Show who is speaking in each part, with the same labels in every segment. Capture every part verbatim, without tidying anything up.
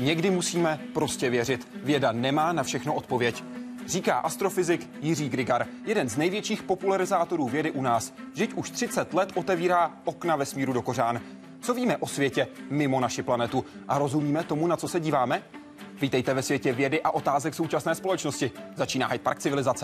Speaker 1: Někdy musíme prostě věřit. Věda nemá na všechno odpověď. Říká astrofyzik Jiří Grigar, jeden z největších popularizátorů vědy u nás. Vždyť už třicet let otevírá okna vesmíru do kořán. Co víme o světě mimo naši planetu? A rozumíme tomu, na co se díváme? Vítejte ve světě vědy a otázek současné společnosti. Začíná Hyde Park civilizace.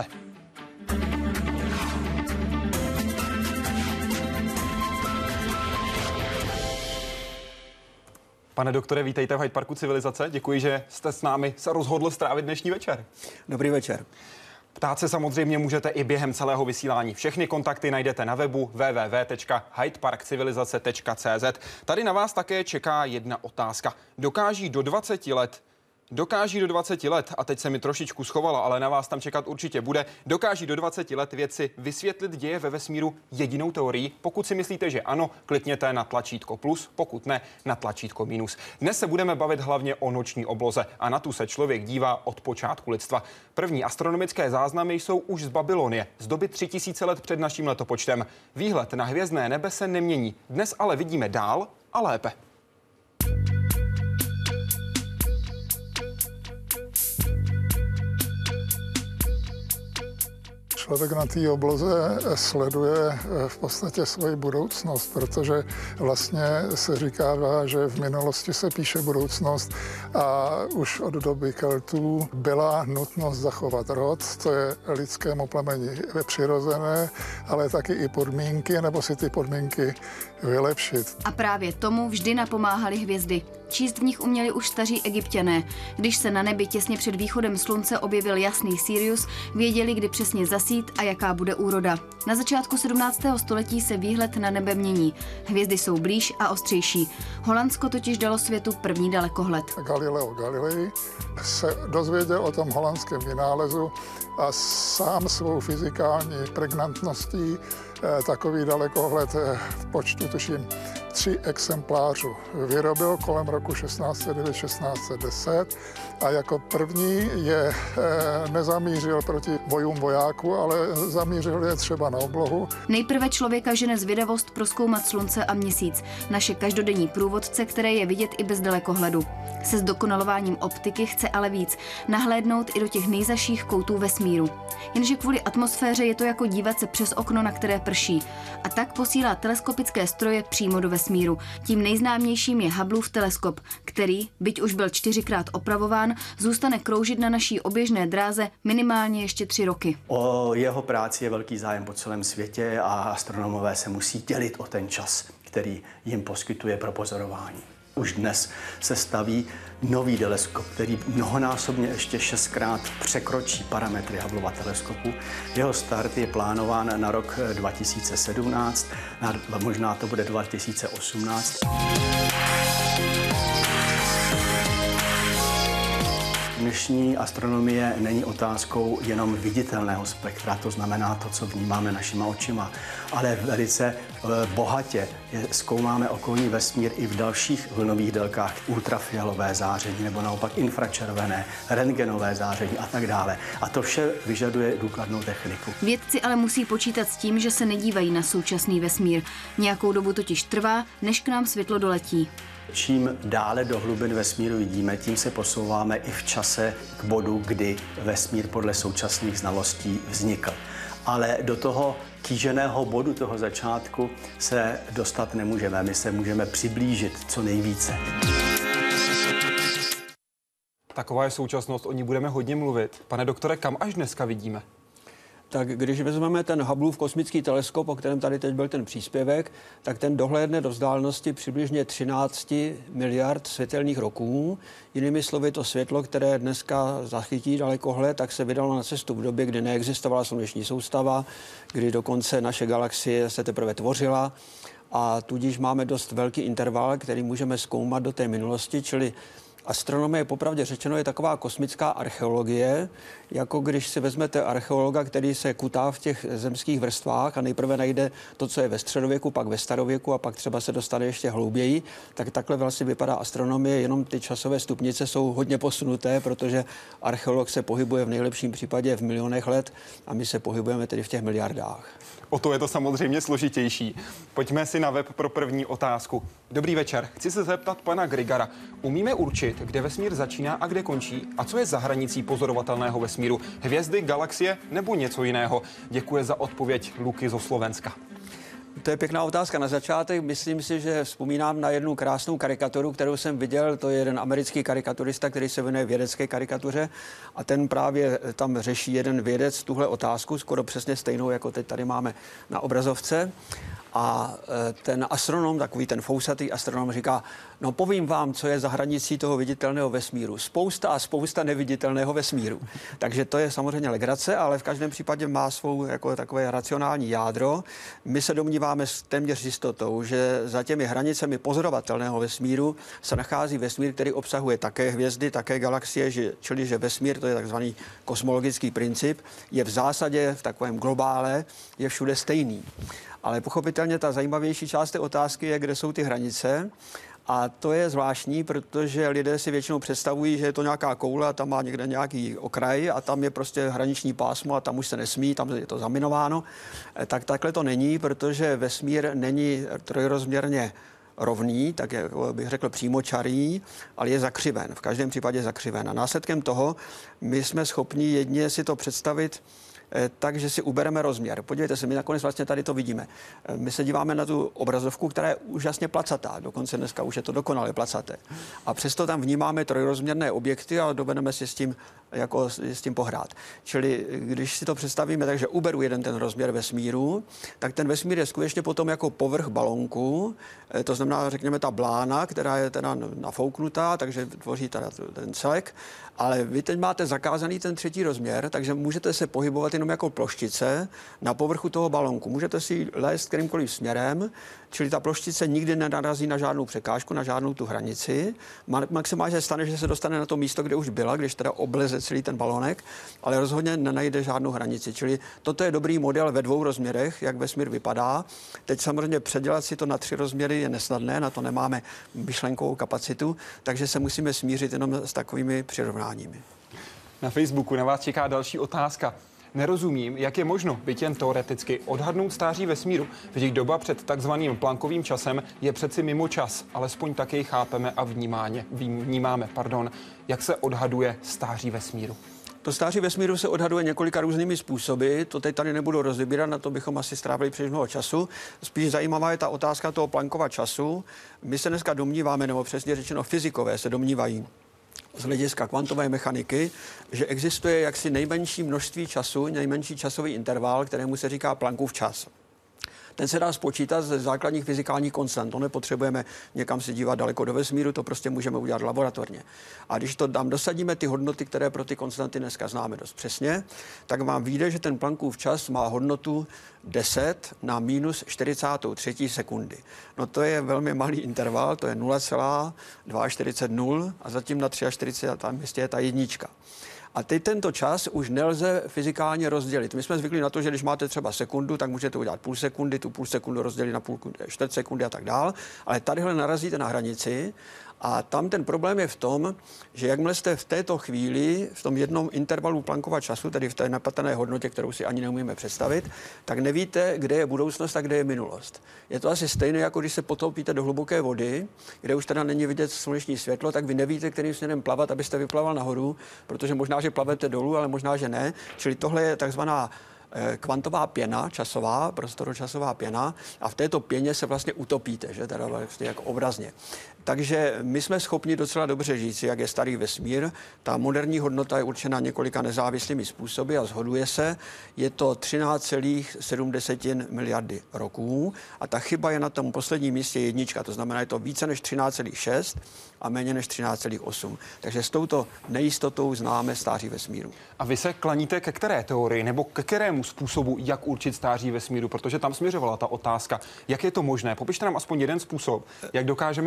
Speaker 1: Pane doktore, vítejte v Hyde Parku civilizace. Děkuji, že jste s námi se rozhodl strávit dnešní večer.
Speaker 2: Dobrý večer.
Speaker 1: Ptát se samozřejmě můžete i během celého vysílání. Všechny kontakty najdete na webu w w w tečka hyde park civilizace tečka c z. Tady na vás také čeká jedna otázka. Dokáží do dvaceti let Dokáží do dvaceti let, a teď se mi trošičku schovala, ale na vás tam čekat určitě bude, dokáží do dvaceti let vědci vysvětlit děje ve vesmíru jedinou teorií? Pokud si myslíte, že ano, klikněte na tlačítko plus, pokud ne, na tlačítko minus. Dnes se budeme bavit hlavně o noční obloze a na tu se člověk dívá od počátku lidstva. První astronomické záznamy jsou už z Babylonie, z doby tři tisíce let před naším letopočtem. Výhled na hvězdné nebe se nemění. Dnes ale vidíme dál a lépe.
Speaker 3: Člověk na té obloze sleduje v podstatě svoji budoucnost, protože vlastně se říká, že v minulosti se píše budoucnost a už od doby Keltů byla nutnost zachovat rod, to je lidskému plemeni přirozené, ale taky i podmínky, nebo si ty podmínky vylepšit.
Speaker 4: A právě tomu vždy napomáhaly hvězdy. Číst v nich uměli už staří Egypťané. Když se na nebi těsně před východem slunce objevil jasný Sirius, věděli, kdy přesně zasít a jaká bude úroda. Na začátku sedmnáctého století se výhled na nebe mění. Hvězdy jsou blíž a ostřejší. Holandsko totiž dalo světu první dalekohled.
Speaker 3: Galileo Galilei se dozvěděl o tom holandském vynálezu a sám svou fyzikální pregnantností takový dalekohled v počtu, tuším, tři exemplářů vyrobil kolem roku šestnáct set devět šestnáct set deset a jako první je nezamířil proti bojům vojáků, ale zamířil je třeba na oblohu.
Speaker 4: Nejprve člověka žene zvědavost prozkoumat slunce a měsíc, naše každodenní průvodce, které je vidět i bez dalekohledu. Se zdokonalováním optiky chce ale víc, nahlédnout i do těch nejzaších koutů vesmíru. Jenže kvůli atmosféře je to jako dívat se přes okno, na které prší. A tak posílá teleskopické stroje přímo do vesmíru. Tím nejznámějším je Hubbleův teleskop, který, byť už byl čtyřikrát opravován, zůstane kroužit na naší oběžné dráze minimálně ještě tři roky.
Speaker 2: O jeho práci je velký zájem po celém světě a astronomové se musí dělit o ten čas, který jim poskytuje pro pozorování. Už dnes se staví nový teleskop, který mnohonásobně ještě šestkrát překročí parametry Hubbleova teleskopu. Jeho start je plánován na rok dva tisíce sedmnáct, možná to bude dva tisíce osmnáct. Dnešní astronomie není otázkou jenom viditelného spektra, to znamená to, co vnímáme našima očima, ale velice bohatě zkoumáme okolní vesmír i v dalších vlnových délkách, ultrafialové záření nebo naopak infračervené, rentgenové záření a tak dále. A to vše vyžaduje důkladnou techniku.
Speaker 4: Vědci ale musí počítat s tím, že se nedívají na současný vesmír. Nějakou dobu totiž trvá, než k nám světlo doletí.
Speaker 2: Čím dále do hlubin vesmíru vidíme, tím se posouváme i v čase k bodu, kdy vesmír podle současných znalostí vznikl. Ale do toho kýženého bodu, toho začátku, se dostat nemůžeme. My se můžeme přiblížit co nejvíce.
Speaker 1: Taková je současnost, o ní budeme hodně mluvit. Pane doktore, kam až dneska vidíme?
Speaker 5: Tak když vezmeme ten Hubbleův kosmický teleskop, o kterém tady teď byl ten příspěvek, tak ten dohlédne do vzdálenosti přibližně třináct miliard světelných roků. Jinými slovy, to světlo, které dneska zachytí dalekohled, tak se vydalo na cestu v době, kdy neexistovala sluneční soustava, kdy dokonce naše galaxie se teprve tvořila. A tudíž máme dost velký interval, který můžeme zkoumat do té minulosti, čili astronomie, popravdě řečeno, je taková kosmická archeologie. jako když si vezmete archeologa, který se kutá v těch zemských vrstvách a nejprve najde to, co je ve středověku, pak ve starověku a pak třeba se dostane ještě hlouběji, tak takhle vlastně vypadá astronomie, jenom ty časové stupnice jsou hodně posunuté, protože archeolog se pohybuje v nejlepším případě v milionech let a my se pohybujeme tedy v těch miliardách.
Speaker 1: O to je to samozřejmě složitější. Pojďme si na web pro první otázku. Dobrý večer. Chci se zeptat pana Grigara. Umíme určit, kde vesmír začíná a kde končí? A co je za hranicí pozorovatelného vesmíru? Hvězdy, galaxie nebo něco jiného? Děkuji za odpověď Luky zo Slovenska.
Speaker 5: To je pěkná otázka. Na začátek myslím si, že vzpomínám na jednu krásnou karikaturu, kterou jsem viděl. To je jeden americký karikaturista, který se věnuje vědecké karikatuře a ten právě tam řeší jeden vědec tuhle otázku, skoro přesně stejnou, jako teď tady máme na obrazovce. A ten astronom, takový ten fousatý astronom říká, no povím vám, co je za hranicí toho viditelného vesmíru. Spousta a spousta neviditelného vesmíru. Takže to je samozřejmě legrace, ale v každém případě má svou jako takové racionální jádro. My se domníváme s téměř jistotou, že za těmi hranicemi pozorovatelného vesmíru se nachází vesmír, který obsahuje také hvězdy, také galaxie, že, čili že vesmír, to je takzvaný kosmologický princip, je v zásadě v takovém globále, je všude stejný. Ale pochopitelně ta zajímavější část té otázky je, kde jsou ty hranice. A to je zvláštní, protože lidé si většinou představují, že je to nějaká koule a tam má někde nějaký okraj a tam je prostě hraniční pásmo a tam už se nesmí, tam je to zaminováno. Tak takhle to není, protože vesmír není trojrozměrně rovný, tak jak bych řekl přímočarý, ale je zakřiven, v každém případě zakřiven. A následkem toho my jsme schopni jedině si to představit takže si ubereme rozměr. Podívejte se, my nakonec vlastně tady to vidíme. My se díváme na tu obrazovku, která je úžasně placatá. Dokonce dneska už je to dokonale placaté. A přesto tam vnímáme trojrozměrné objekty a dovedeme si s tím, jako, s tím pohrát. Čili když si to představíme, takže uberu jeden ten rozměr vesmíru, tak ten vesmír je skutečně potom jako povrch balonku, to znamená, řekněme, ta blána, která je teda nafouknutá, takže tvoří teda ten celek. Ale vy teď máte zakázaný ten třetí rozměr, takže můžete se pohybovat jenom jako ploštice na povrchu toho balonku. Můžete si lézt kterýmkoliv směrem, čili ta ploštice nikdy nenarazí na žádnou překážku, na žádnou tu hranici. Maximálně se stane, že se dostane na to místo, kde už byla, když teda obleze celý ten balonek, ale rozhodně nenajde žádnou hranici. Čili toto je dobrý model ve dvou rozměrech, jak vesmír vypadá. Teď samozřejmě předělat si to na tři rozměry je nesnadné, na to nemáme myšlenkovou kapacitu, takže se musíme smířit jenom s takovými přirovnáními.
Speaker 1: Na Facebooku na vás čeká další otázka. Nerozumím, jak je možno, byť jen teoreticky, odhadnout stáří vesmíru. Vždyť doba před takzvaným Planckovým časem je přeci mimo čas, alespoň tak jej chápeme a vnímáme, vnímáme, pardon, jak se odhaduje stáří vesmíru.
Speaker 5: To stáří vesmíru se odhaduje několika různými způsoby, to teď tady nebudu rozebírat, na to bychom asi strávili příliš mnoho času. Spíš zajímavá je ta otázka toho Planckova času. My se dneska domníváme, nebo přesně řečeno fyzikové se domnívají, z hlediska kvantové mechaniky, že existuje jaksi nejmenší množství času, nejmenší časový interval, kterému se říká Planckův čas. Ten se dá spočítat ze základních fyzikálních konstant. To nepotřebujeme někam se dívat daleko do vesmíru, to prostě můžeme udělat laboratorně. A když to tam dosadíme ty hodnoty, které pro ty konstanty dneska známe dost přesně, tak vám vyjde, že ten Planckův čas má hodnotu deset na minus čtyřicet tři sekundy. No to je velmi malý interval, to je nula celá čtyřicet dva nula a zatím na čtyřicet tři tam je ta jednička. A teď tento čas už nelze fyzikálně rozdělit. My jsme zvykli na to, že když máte třeba sekundu, tak můžete udělat půl sekundy, tu půl sekundu rozdělit na půl čtvrt sekundy a tak dál. Ale tadyhle narazíte na hranici a tam ten problém je v tom, že jakmile jste v této chvíli, v tom jednom intervalu Planckova času, tedy v té nepatrné hodnotě, kterou si ani neumíme představit, tak nevíte, kde je budoucnost a kde je minulost. Je to asi stejné, jako když se potopíte do hluboké vody, kde už teda není vidět sluneční světlo, tak vy nevíte, kterým směrem plavat, abyste vyplaval nahoru, protože možná, že plavete dolů, ale možná, že ne. Čili tohle je takzvaná kvantová pěna, časová, prostoročasová pěna a v této pěně se vlastně utopíte, že teda vlastně jako obrazně. Takže my jsme schopni docela dobře říct, jak je starý vesmír. Ta moderní hodnota je určena několika nezávislými způsoby a shoduje se. Je to třináct celá sedm miliardy roků a ta chyba je na tom posledním místě jednička, to znamená, je to více než třináct celá šest a méně než třináct celá osm. Takže s touto nejistotou známe stáří vesmíru.
Speaker 1: A vy se klaníte ke které teorii nebo ke kterému způsobu, jak určit stáří vesmíru, protože tam směřovala ta otázka, jak je to možné? Popište nám aspoň jeden způsob, jak dokážeme určit stáří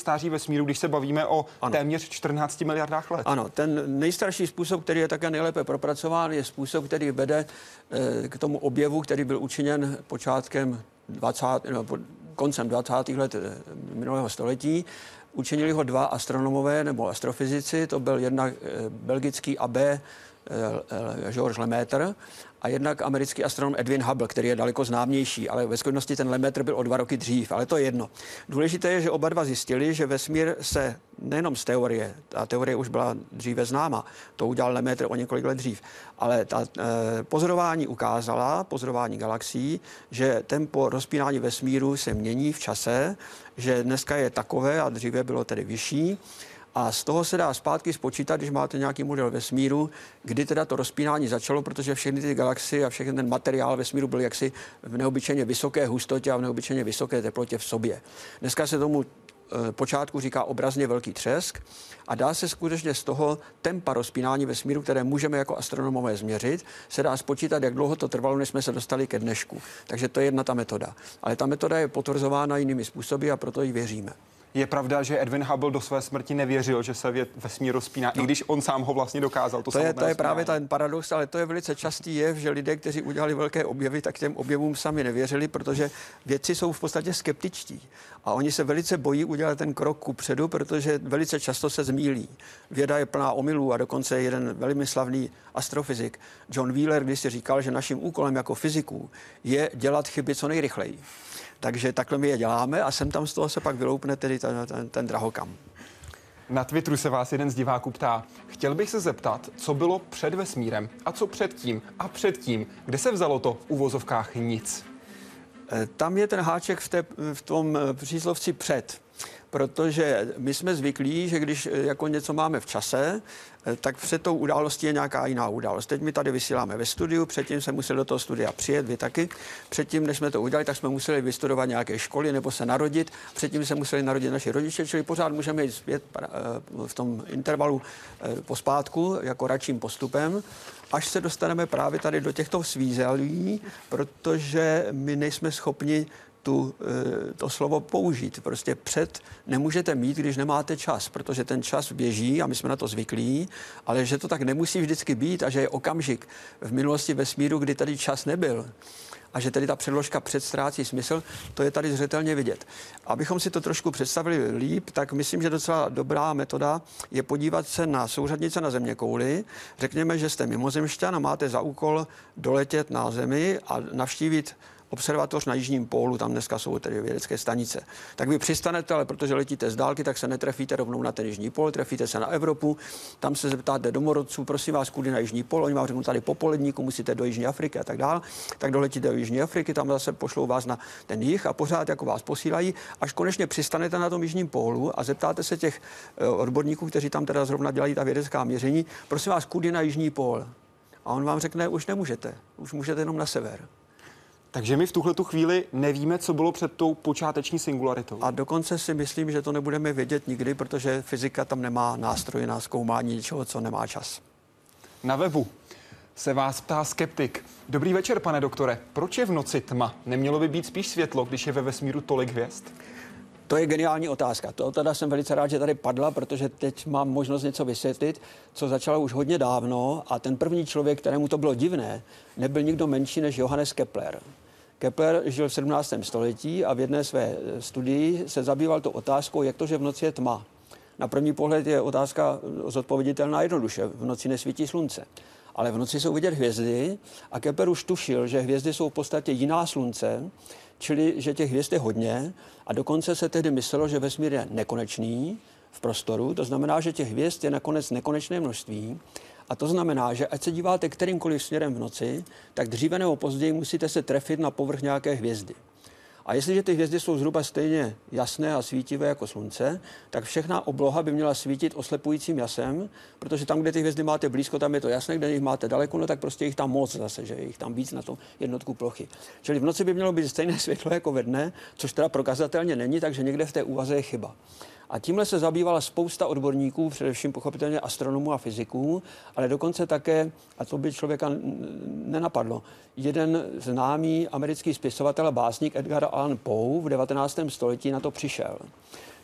Speaker 1: stáří vesmíru, když se bavíme o ano. téměř čtrnácti miliardách let.
Speaker 5: Ano, ten nejstarší způsob, který je také nejlépe propracován, je způsob, který vede k tomu objevu, který byl učiněn počátkem dvacátých No, koncem dvacátých let minulého století. Učinili ho dva astronomové nebo astrofyzici, to byl jednak belgický A B Georges Lemaitre a jednak americký astronom Edwin Hubble, který je daleko známější, ale ve skutečnosti ten Lemaitre byl o dva roky dřív, ale to je jedno. Důležité je, že oba dva zjistili, že vesmír se nejenom z teorie, ta teorie už byla dříve známa, to udělal Lemaitre o několik let dřív, ale ta eh, pozorování ukázala, pozorování galaxií, že tempo rozpínání vesmíru se mění v čase, že dneska je takové a dříve bylo tedy vyšší. A z toho se dá zpátky spočítat, když máte nějaký model vesmíru, kdy teda to rozpínání začalo, protože všechny ty galaxie a všechny ten materiál vesmíru byl jaksi v neobyčejně vysoké hustotě a v neobyčejně vysoké teplotě v sobě. Dneska se tomu e, počátku říká obrazně velký třesk a dá se skutečně z toho tempa rozpínání vesmíru, které můžeme jako astronomové změřit, se dá spočítat, jak dlouho to trvalo, než jsme se dostali ke dnešku. Takže to je jedna ta metoda. Ale ta metoda je potvrzována jinými způsoby a proto jí věříme.
Speaker 1: Je pravda, že Edwin Hubble do své smrti nevěřil, že se vesmír rozpíná, no. i když on sám ho vlastně dokázal. To,
Speaker 5: to, je, to je právě ten paradox, ale to je velice častý jev, že lidé, kteří udělali velké objevy, tak těm objevům sami nevěřili, protože vědci jsou v podstatě skeptičtí. A oni se velice bojí udělat ten krok kupředu, protože velice často se zmýlí. Věda je plná omylů a dokonce jeden velmi slavný astrofyzik John Wheeler, když si říkal, že naším úkolem jako fyziků je dělat chyby co nejrychleji. Takže takhle my je děláme a sem tam z toho se pak vyloupne tedy ten, ten, ten drahokam.
Speaker 1: Na Twitteru se vás jeden z diváků ptá, chtěl bych se zeptat, co bylo před vesmírem a co předtím a předtím, kde se vzalo to v uvozovkách nic?
Speaker 5: Tam je ten háček v, té, v tom příslovci před. Protože my jsme zvyklí, že když jako něco máme v čase, tak před tou událostí je nějaká jiná událost. Teď my tady vysíláme ve studiu, předtím jsme museli do toho studia přijet, vy taky. Předtím, než jsme to udělali, tak jsme museli vystudovat nějaké školy nebo se narodit. Předtím se museli narodit naši rodiče, čili pořád můžeme jít zpět v tom intervalu pospátku, jako radším postupem, až se dostaneme právě tady do těchto svízelí, protože my nejsme schopni Tu, to slovo použít. Prostě před nemůžete mít, když nemáte čas, protože ten čas běží a my jsme na to zvyklí, ale že to tak nemusí vždycky být a že je okamžik v minulosti vesmíru, kdy tady čas nebyl a že tedy ta předložka před ztrácí smysl, to je tady zřetelně vidět. Abychom si to trošku představili líp, tak myslím, že docela dobrá metoda je podívat se na souřadnice na zeměkouli. Řekněme, že jste mimozemšťan a máte za úkol doletět na Zemi a navštívit observatoř na jižním pólu, tam dneska jsou tedy vědecké stanice. Tak vy přistanete, ale protože letíte z dálky, tak se netrefíte rovnou na ten jižní pól, trefíte se na Evropu, tam se zeptáte domorodců, prosím vás, kudy na jižní pól, oni vám řeknou tady po poledníku, musíte do Jižní Afriky a tak dál. Tak doletíte do Jižní Afriky, tam zase pošlou vás na ten jih a pořád jako vás posílají, až konečně přistanete na tom jižním pólu a zeptáte se těch odborníků, kteří tam teda zrovna dělají ta vědecká měření, prosím vás, kudy na jižní pól. A on vám řekne, už nemůžete, už můžete jenom na sever.
Speaker 1: Takže my v tuhletu chvíli nevíme, co bylo před tou počáteční singularitou.
Speaker 5: A dokonce si myslím, že to nebudeme vědět nikdy, protože fyzika tam nemá nástroje na zkoumání něčeho, co nemá čas.
Speaker 1: Na webu se vás ptá skeptik. Dobrý večer, pane doktore. Proč je v noci tma? Nemělo by být spíš světlo, když je ve vesmíru tolik hvězd?
Speaker 5: To je geniální otázka. To teda jsem velice rád, že tady padla, protože teď mám možnost něco vysvětlit, co začalo už hodně dávno a ten první člověk, kterému to bylo divné, nebyl nikdo menší než Johannes Kepler. Kepler žil v sedmnáctém století a v jedné své studii se zabýval tou otázkou, jak to, že v noci je tma. Na první pohled je otázka zodpověditelná jednoduše. V noci nesvítí slunce. Ale v noci jsou vidět hvězdy a Kepler už tušil, že hvězdy jsou v podstatě jiná slunce, čili že těch hvězd je hodně a dokonce se tehdy myslelo, že vesmír je nekonečný v prostoru, to znamená, že těch hvězd je nakonec nekonečné množství a to znamená, že ať se díváte kterýmkoliv směrem v noci, tak dříve nebo později musíte se trefit na povrch nějaké hvězdy. A jestliže ty hvězdy jsou zhruba stejně jasné a svítivé jako slunce, tak všechna obloha by měla svítit oslepujícím jasem, protože tam, kde ty hvězdy máte blízko, tam je to jasné, kde jich máte daleko, no tak prostě jich tam moc zase, že je jich tam víc na tom jednotku plochy. Čili v noci by mělo být stejné světlo jako ve dne, což teda prokazatelně není, takže někde v té úvaze je chyba. A tímhle se zabývala spousta odborníků, především pochopitelně astronomů a fyziků, ale dokonce také, a to by člověka nenapadlo, jeden známý americký spisovatel a básník Edgar Allan Poe v devatenáctém století na to přišel.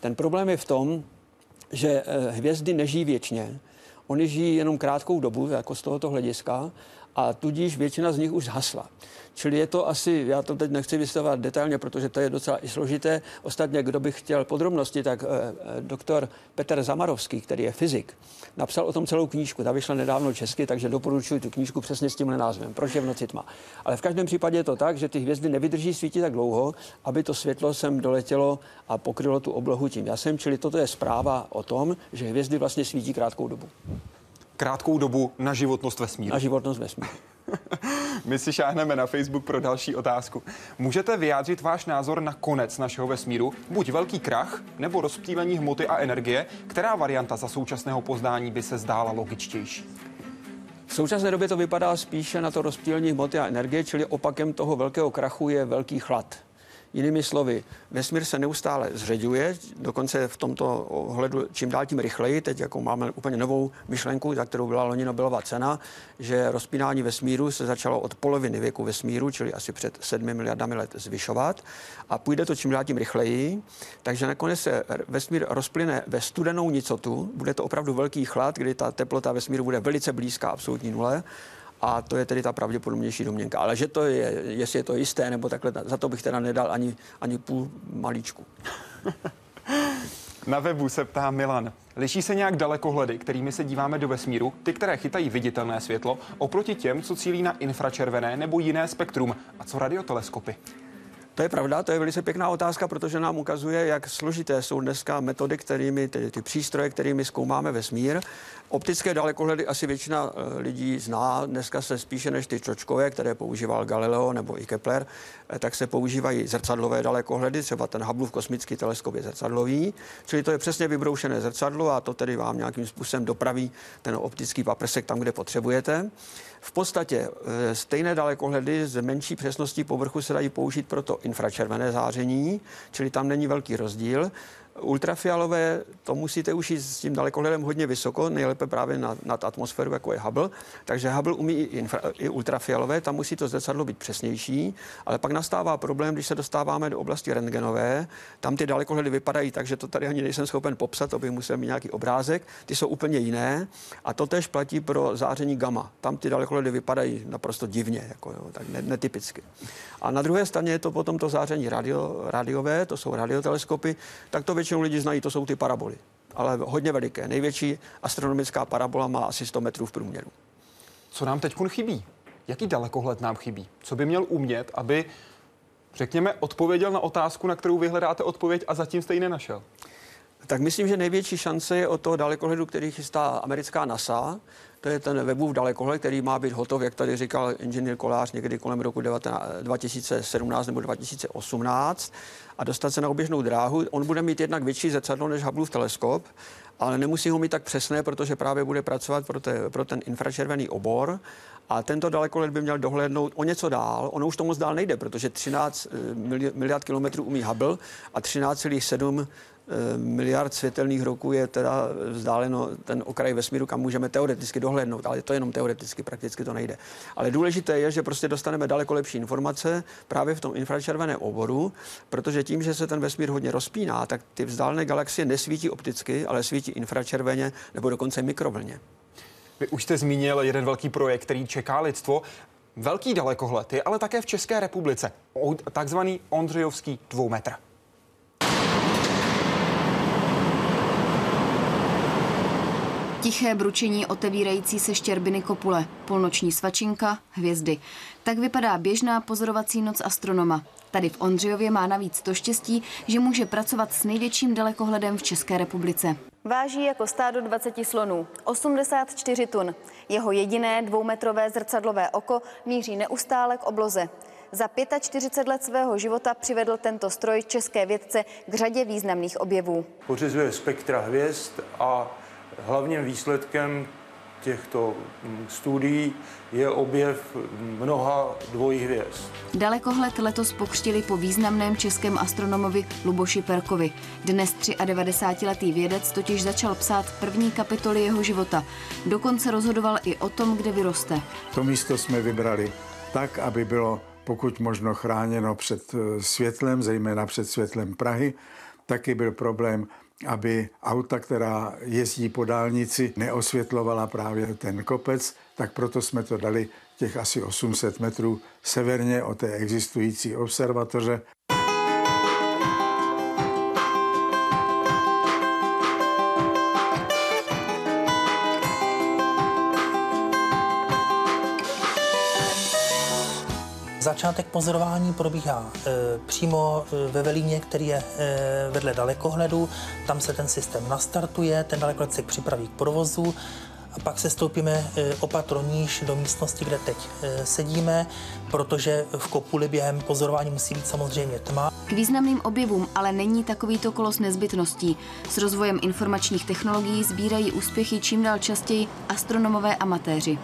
Speaker 5: Ten problém je v tom, že hvězdy nežijí věčně. Oni žijí jenom krátkou dobu, jako z tohoto hlediska, a tudíž většina z nich už zhasla. Čili je to asi, já to teď nechci vysvětlovat detailně, protože to je docela i složité. Ostatně, kdo by chtěl podrobnosti, tak eh, doktor Petr Zamarovský, který je fyzik, napsal o tom celou knížku. Ta vyšla nedávno česky, takže doporučuji tu knížku přesně s tímhle názvem. Proč je v noci tma? Ale v každém případě je to tak, že ty hvězdy nevydrží svítit tak dlouho, aby to světlo sem doletělo a pokrylo tu oblohu tím jasem. Čili toto je zpráva o tom, že hvězdy vlastně svítí krátkou dobu.
Speaker 1: Krátkou dobu na životnost vesmíru.
Speaker 5: Na životnost vesmíru.
Speaker 1: My si šáhneme na Facebook pro další otázku. Můžete vyjádřit váš názor na konec našeho vesmíru? Buď velký krach, nebo rozptýlení hmoty a energie? Která varianta za současného poznání by se zdála logičtější?
Speaker 5: V současné době to vypadá spíše na to rozptýlení hmoty a energie, čili opakem toho velkého krachu je velký chlad. Jinými slovy, vesmír se neustále zředuje, dokonce v tomto ohledu čím dál tím rychleji. Teď jako máme úplně novou myšlenku, za kterou byla loni Nobelova cena, že rozpínání vesmíru se začalo od poloviny věku vesmíru, čili asi před sedmi miliardami let, zvyšovat. A půjde to čím dál tím rychleji, takže nakonec se vesmír rozplyne ve studenou nicotu. Bude to opravdu velký chlad, kdy ta teplota vesmíru bude velice blízká absolutní nule. A to je tedy ta pravděpodobnější domněnka. Ale že to je, jestli je to jisté, nebo takhle, za to bych teda nedal ani, ani půl malíčku.
Speaker 1: Na webu se ptá Milan. Liší se nějak dalekohledy, kterými se díváme do vesmíru, ty, které chytají viditelné světlo, oproti těm, co cílí na infračervené nebo jiné spektrum? A co radioteleskopy?
Speaker 5: To je pravda, to je velice pěkná otázka, protože nám ukazuje, jak složité jsou dneska metody, kterými, tedy ty přístroje, kterými zkoumáme vesmír. Optické dalekohledy asi většina lidí zná. Dneska se spíše než ty čočkové, které používal Galileo nebo i Kepler, tak se používají zrcadlové dalekohledy, třeba ten Hubbleův kosmický teleskop je zrcadlový, čili to je přesně vybroušené zrcadlo a to tedy vám nějakým způsobem dopraví ten optický paprsek tam, kde potřebujete. V podstatě stejné dalekohledy s menší přesností povrchu se dají použít pro to infračervené záření, čili tam není velký rozdíl. Ultrafialové, to musíte už jít s tím dalekohledem hodně vysoko, nejlépe právě nad, nad atmosféru, jako je Hubble. Takže Hubble umí i, infra, i ultrafialové, tam musí to zrcadlo být přesnější, ale pak nastává problém, když se dostáváme do oblasti rentgenové. Tam ty dalekohledy vypadají tak, že to tady ani nejsem schopen popsat, to bych musel mít nějaký obrázek. Ty jsou úplně jiné a to též platí pro záření gamma. Tam ty dalekohledy vypadají naprosto divně, jako, jo, tak netypicky. A na druhé straně je to potom to záření radio, radiové, to jsou radioteleskopy, tak to většinou lidi znají, to jsou ty paraboly, ale hodně veliké. Největší astronomická parabola má asi sto metrů v průměru.
Speaker 1: Co nám teď chybí? Jaký dalekohled nám chybí? Co by měl umět, aby, řekněme, odpověděl na otázku, na kterou vy hledáte odpověď a zatím jste ji nenašel?
Speaker 5: Tak myslím, že největší šance je od toho dalekohledu, který chystá americká NASA. To je ten webův dalekohled, který má být hotov, jak tady říkal inženýr Kolář, někdy kolem roku dva tisíce sedmnáct nebo dva tisíce osmnáct a dostat se na oběžnou dráhu. On bude mít jednak větší zrcadlo než Hubbleův teleskop, ale nemusí ho mít tak přesné, protože právě bude pracovat pro, te, pro ten infračervený obor. A tento dalekohled by měl dohlédnout o něco dál. Ono už to moc dál nejde, protože třináct miliard kilometrů umí Hubble a třináct celá sedm miliard světelných roků je teda vzdáleno ten okraj vesmíru, kam můžeme teoreticky dohlédnout, ale to jenom teoreticky, prakticky to nejde. Ale důležité je, že prostě dostaneme daleko lepší informace právě v tom infračerveném oboru, protože tím, že se ten vesmír hodně rozpíná, tak ty vzdálené galaxie nesvítí opticky, ale svítí infračerveně nebo dokonce mikrovlně.
Speaker 1: Vy už jste zmínil jeden velký projekt, který čeká lidstvo. Velký dalekohled je ale také v České republice. Takzvaný Ondřejovský dvoumetr.
Speaker 4: Tiché bručení otevírající se štěrbiny kopule, půlnoční svačinka, hvězdy. Tak vypadá běžná pozorovací noc astronoma. Tady v Ondřejově má navíc to štěstí, že může pracovat s největším dalekohledem v České republice. Váží jako stádo dvaceti slonů, osmdesát čtyři tun. Jeho jediné dvoumetrové zrcadlové oko míří neustále k obloze. Za čtyřicet pět let svého života přivedl tento stroj české vědce k řadě významných objevů.
Speaker 6: Pořizuje spektra hvězd a hlavním výsledkem těchto studií je objev mnoha dvojích hvězd.
Speaker 4: Dalekohled letos pokřtili po významném českém astronomovi Luboši Perkovi. Dnes třiadvacátletý vědec totiž začal psát první kapitoly jeho života. Dokonce rozhodoval i o tom, kde vyroste.
Speaker 7: To místo jsme vybrali tak, aby bylo pokud možno chráněno před světlem, zejména před světlem Prahy, taky byl problém, aby auta, která jezdí po dálnici, neosvětlovala právě ten kopec, tak proto jsme to dali těch asi osm set metrů severně od té existující observatoře.
Speaker 8: Začátek pozorování probíhá e, přímo ve Velíně, který je e, vedle dalekohledu. Tam se ten systém nastartuje, ten dalekohled se připraví k provozu a pak se stoupíme e, o patro níž do místnosti, kde teď e, sedíme, protože v kopuli během pozorování musí být samozřejmě tma.
Speaker 4: K významným objevům ale není takovýto kolos nezbytností. S rozvojem informačních technologií sbírají úspěchy čím dál častěji astronomové amatéři.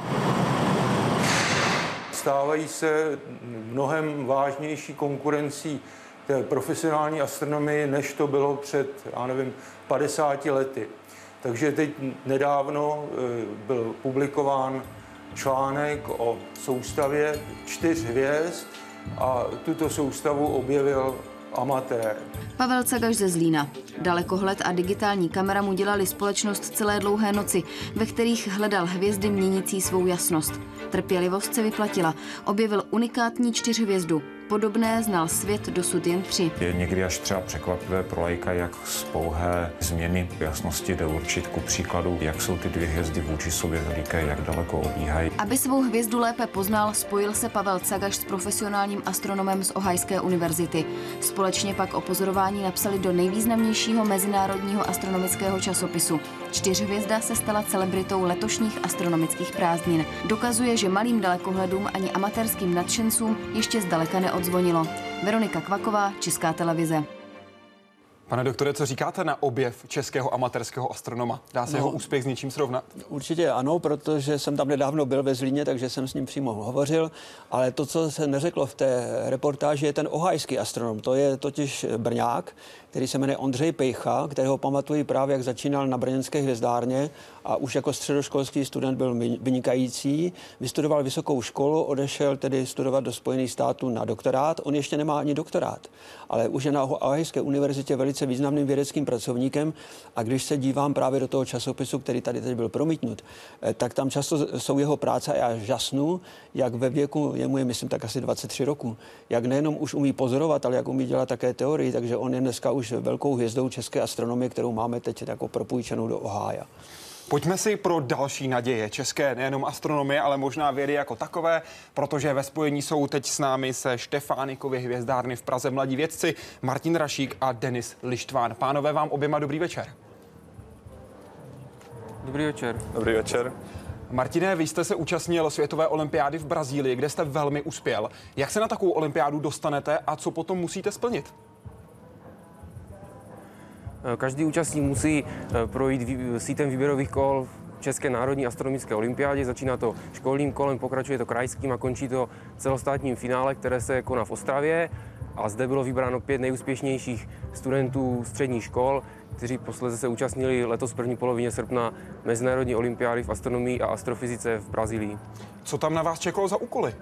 Speaker 6: Stávají se mnohem vážnější konkurencí té profesionální astronomii, než to bylo před, já nevím, padesáti lety. Takže teď nedávno byl publikován článek o soustavě čtyř hvězd a tuto soustavu objevil amatér.
Speaker 4: Pavel Cagaš ze Zlína. Dalekohled a digitální kamera mu dělali společnost celé dlouhé noci, ve kterých hledal hvězdy měnící svou jasnost. Trpělivost se vyplatila. Objevil unikátní čtyřhvězdu. Podobné znal svět dosud jen tři.
Speaker 9: Je někdy až třeba překvapivé pro laika, jak z pouhé změny jasnosti jde určit ku příkladu, jak jsou ty dvě hvězdy vůči sobě veliké, jak daleko obíhají.
Speaker 4: Aby svou hvězdu lépe poznal, spojil se Pavel Cagaš s profesionálním astronomem z Ohajské univerzity. Společně pak o pozorování napsali do nejvýznamnějšího mezinárodního astronomického časopisu. Čtyřhvězda se stala celebritou letošních astronomických prázdnin. Dokazuje, že malým dalekohledům ani amatérským nadšencům ještě zdaleka neodzvonilo. Veronika Kvaková, Česká televize.
Speaker 1: Pane doktore, co říkáte na objev českého amatérského astronoma? Dá se no, jeho úspěch s něčím srovnat?
Speaker 5: Určitě ano, protože jsem tam nedávno byl ve Zlíně, takže jsem s ním přímo hovořil, ale to, co se neřeklo v té reportáži, je ten ohajský astronom. To je totiž Brňák, který se jmenuje Ondřej Pejcha, kterého pamatuji právě, jak začínal na brněnské hvězdárně a už jako středoškolský student byl vynikající. Vystudoval vysokou školu, odešel tedy studovat do Spojených států na doktorát. On ještě nemá ani doktorát, ale už je na Ohajské univerzitě velice významným vědeckým pracovníkem a když se dívám právě do toho časopisu, který tady teď byl promítnut, tak tam často jsou jeho práce a já žasnu, jak ve věku, jemu je myslím tak asi dvacet tři roku, jak nejenom už umí pozorovat, ale jak umí dělat také teorii, takže on je dneska už velkou hvězdou české astronomie, kterou máme teď jako propůjčenou do Ohája.
Speaker 1: Pojďme si pro další naděje české, nejenom astronomie, ale možná vědy jako takové, protože ve spojení jsou teď s námi se Štefánikovy hvězdárny v Praze mladí vědci Martin Rašík a Denis Lištván. Pánové, vám oběma dobrý večer.
Speaker 10: Dobrý večer.
Speaker 11: Dobrý večer.
Speaker 1: Martine, vy jste se účastnil světové olympiády v Brazílii, kde jste velmi uspěl. Jak se na takovou olympiádu dostanete a co potom musíte splnit?
Speaker 10: Každý účastník musí projít sítem výběrových kol v České národní astronomické olympiádě. Začíná to školním kolem, pokračuje to krajským a končí to celostátním finále, které se koná v Ostravě. A zde bylo vybráno pět nejúspěšnějších studentů středních škol, kteří posledně se účastnili letos v první polovině srpna mezinárodní olympiády v astronomii a astrofyzice v Brazílii.
Speaker 1: Co tam na vás čekalo za úkoly?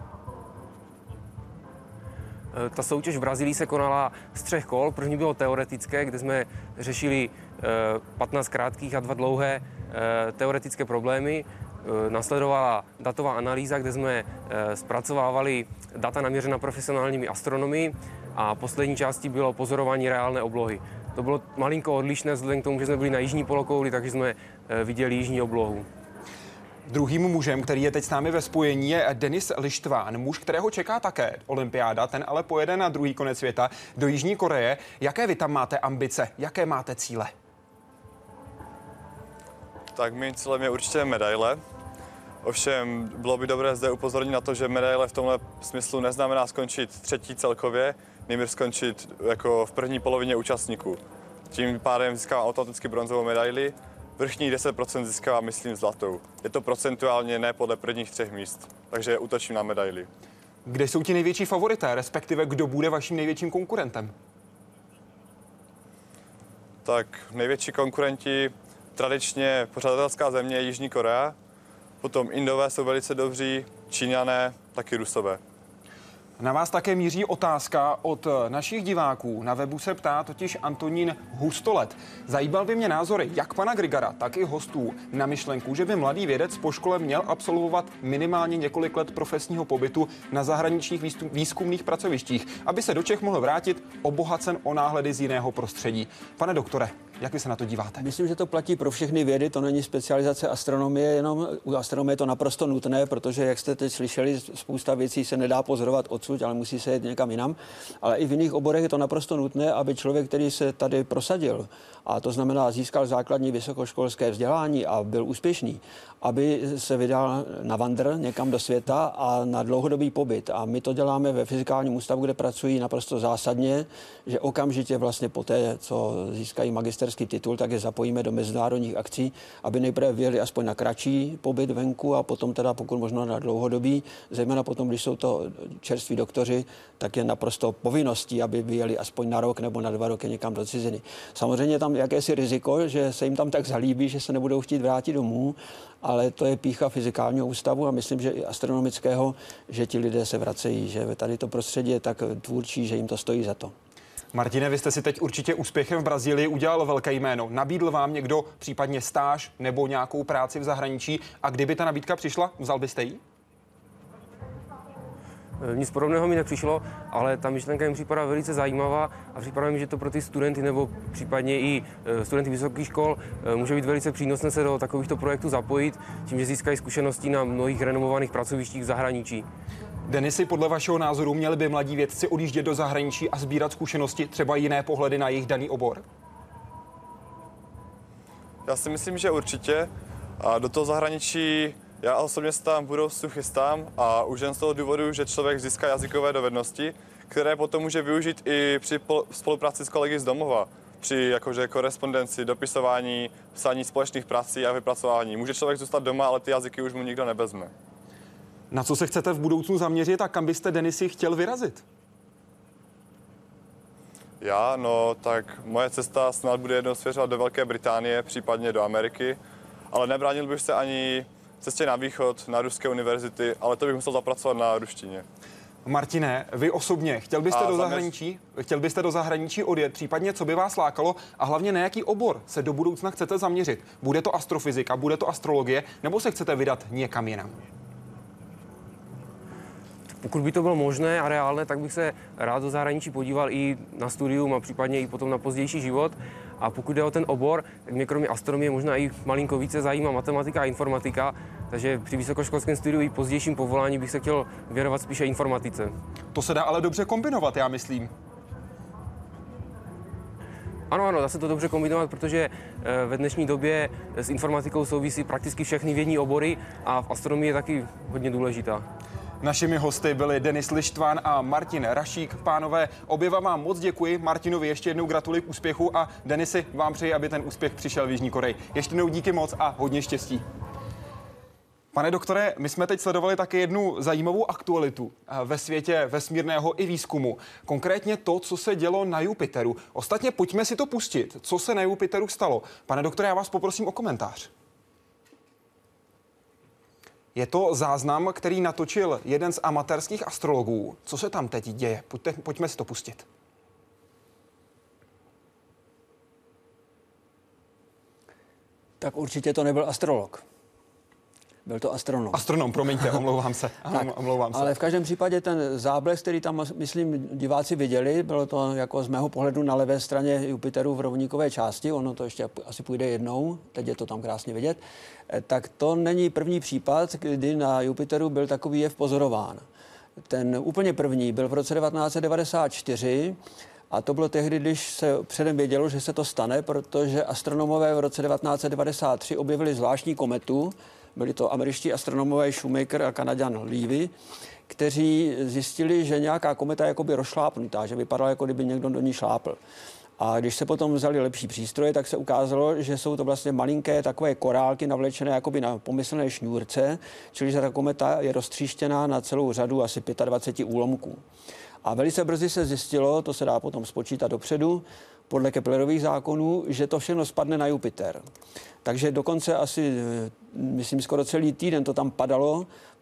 Speaker 10: Ta soutěž v Brazílii se konala z třech kol. První bylo teoretické, kde jsme řešili patnáct krátkých a dva dlouhé teoretické problémy. Následovala datová analýza, kde jsme zpracovávali data naměřená profesionálními astronomy a poslední částí bylo pozorování reálné oblohy. To bylo malinko odlišné vzhledem k tomu, že jsme byli na jižní polokouli, takže jsme viděli jižní oblohu.
Speaker 1: Druhým mužem, který je teď s námi ve spojení, je Denis Lištván, muž, kterého čeká také olympiáda, ten ale pojede na druhý konec světa do Jižní Koreje. Jaké vy tam máte ambice? Jaké máte cíle?
Speaker 11: Tak mým cílem je určitě medaile. Ovšem bylo by dobré zde upozornit na to, že medaile v tomhle smyslu neznamená skončit třetí celkově, nýbrž skončit jako v první polovině účastníků. Tím pádem získávám automaticky bronzovou medaili. Vrchních deset procent získává, myslím, zlatou. Je to procentuálně ne podle prvních třech míst, takže útočím na medaili.
Speaker 1: Kde jsou ti největší favorité, respektive kdo bude vaším největším konkurentem?
Speaker 11: Tak největší konkurenti tradičně pořadatelská země je Jižní Korea, potom Indové jsou velice dobří, Číňané, taky Rusové.
Speaker 1: Na vás také míří otázka od našich diváků. Na webu se ptá totiž Antonín Hustolet. Zajímal by mě názory jak pana Grigara, tak i hostů na myšlenku, že by mladý vědec po škole měl absolvovat minimálně několik let profesního pobytu na zahraničních výzkumných pracovištích, aby se do Čech mohl vrátit obohacen o náhledy z jiného prostředí. Pane doktore, jak vy se na to díváte?
Speaker 5: Myslím, že to platí pro všechny vědy, to není specializace astronomie, jenom u astronomie je to naprosto nutné, protože, jak jste teď slyšeli, spousta věcí se nedá pozorovat odsud, ale musí se jít někam jinam. Ale i v jiných oborech je to naprosto nutné, aby člověk, který se tady prosadil, a to znamená získal základní vysokoškolské vzdělání a byl úspěšný, aby se vydal na vandr někam do světa a na dlouhodobý pobyt. A my to děláme ve Fyzikálním ústavu, kde pracují naprosto zásadně, že okamžitě vlastně po té, co získají magisterský titul, tak je zapojíme do mezinárodních akcí, aby nejprve vyjeli aspoň na kratší pobyt venku a potom teda pokud možno na dlouhodobý, zejména potom, když jsou to čerství doktoři, tak je naprosto povinností, aby vyjeli aspoň na rok nebo na dva roky někam do ciziny. Samozřejmě tam jakési riziko, že se jim tam tak zalíbí, že se nebudou chtít vrátit domů, ale to je pýcha Fyzikálního ústavu a myslím, že i astronomického, že ti lidé se vracejí, že tady to prostředí je tak tvůrčí, že jim to stojí za to.
Speaker 1: Martine, vy jste si teď určitě úspěchem v Brazílii udělal velké jméno. Nabídl vám někdo případně stáž nebo nějakou práci v zahraničí a kdyby ta nabídka přišla, vzal byste ji?
Speaker 10: Nic podobného mi nepřišlo, ale ta myšlenka mi připadá velice zajímavá a připadá mi, že to pro ty studenty nebo případně i studenty vysokých škol může být velice přínosné se do takovýchto projektů zapojit, tím, že získají zkušenosti na mnohých renomovaných pracovištích v zahraničí.
Speaker 1: Denisy, podle vašeho názoru měli by mladí vědci odjíždět do zahraničí a sbírat zkušenosti, třeba jiné pohledy na jejich daný obor?
Speaker 11: Já si myslím, že určitě. A do toho zahraničí já osobně se tam v budoucnu chystám a už jen z toho důvodu, že člověk získá jazykové dovednosti, které potom může využít i při spolupráci s kolegy z domova, při jakože korespondenci, dopisování, psání společných prací a vypracování. Může člověk zůstat doma, ale ty jazyky už mu nikdo nevezme.
Speaker 1: Na co se chcete v budoucnu zaměřit a kam byste, Denisy, chtěl vyrazit?
Speaker 11: Já, no, tak moje cesta snad bude jednou směřovat do Velké Británie, případně do Ameriky, ale nebránil bych se ani cestě na východ, na ruské univerzity, ale to bych musel zapracovat na ruštině.
Speaker 1: Martine, vy osobně, chtěl byste, do zahraničí, chtěl byste do zahraničí odjet, případně co by vás lákalo a hlavně na jaký obor se do budoucna chcete zaměřit? Bude to astrofyzika, bude to astrologie, nebo se chcete vydat někam jinam?
Speaker 10: Pokud by to bylo možné a reálné, tak bych se rád do zahraničí podíval i na studium a případně i potom na pozdější život. A pokud jde o ten obor, tak mě kromě astronomie možná i malinko více zajímá matematika a informatika, takže při vysokoškolském studiu i pozdějším povolání bych se chtěl věnovat spíše informatice.
Speaker 1: To se dá ale dobře kombinovat, já myslím.
Speaker 10: Ano, ano, dá se to dobře kombinovat, protože ve dnešní době s informatikou souvisí prakticky všechny vědní obory a v astronomii je taky hodně důležitá.
Speaker 1: Našimi hosty byli Denis Lištván a Martin Rašík. Pánové, oběma vám moc děkuji. Martinovi ještě jednou gratuluji k úspěchu a Denisi, vám přeji, aby ten úspěch přišel v Jižní Koreji. Ještě jednou díky moc a hodně štěstí. Pane doktore, my jsme teď sledovali také jednu zajímavou aktualitu ve světě vesmírného i výzkumu. Konkrétně to, co se dělo na Jupiteru. Ostatně pojďme si to pustit, co se na Jupiteru stalo. Pane doktore, já vás poprosím o komentář. Je to záznam, který natočil jeden z amatérských astrologů. Co se tam teď děje? Pojďte, pojďme si to pustit.
Speaker 5: Tak určitě to nebyl astrolog. Byl to astronom.
Speaker 1: Astronom, promiňte, omlouvám se.
Speaker 5: tak,
Speaker 1: omlouvám se.
Speaker 5: Ale v každém případě ten záblesk, který tam, myslím, diváci viděli, bylo to jako z mého pohledu na levé straně Jupiteru v rovníkové části, ono to ještě asi půjde jednou, teď je to tam krásně vidět, tak to není první případ, kdy na Jupiteru byl takový jev pozorován. Ten úplně první byl v roce devatenáct set devadesát čtyři, a to bylo tehdy, když se předem vědělo, že se to stane, protože astronomové v roce devatenáct set devadesát tři objevili zvláštní kometu. Byli to američtí astronomové Shoemaker a Kanaďan Levy, kteří zjistili, že nějaká kometa je jakoby rozšlápnutá, že vypadala, jako kdyby někdo do ní šlápl. A když se potom vzali lepší přístroje, tak se ukázalo, že jsou to vlastně malinké takové korálky navlečené jakoby na pomyslné šňůrce, čili že ta kometa je roztříštěná na celou řadu asi dvacet pět úlomků. A velice brzy se zjistilo, to se dá potom spočítat dopředu, podle Keplerových zákonů, že to všechno spadne na Jupiter. Takže dokonce asi, myslím, skoro celý týden to tam padalo,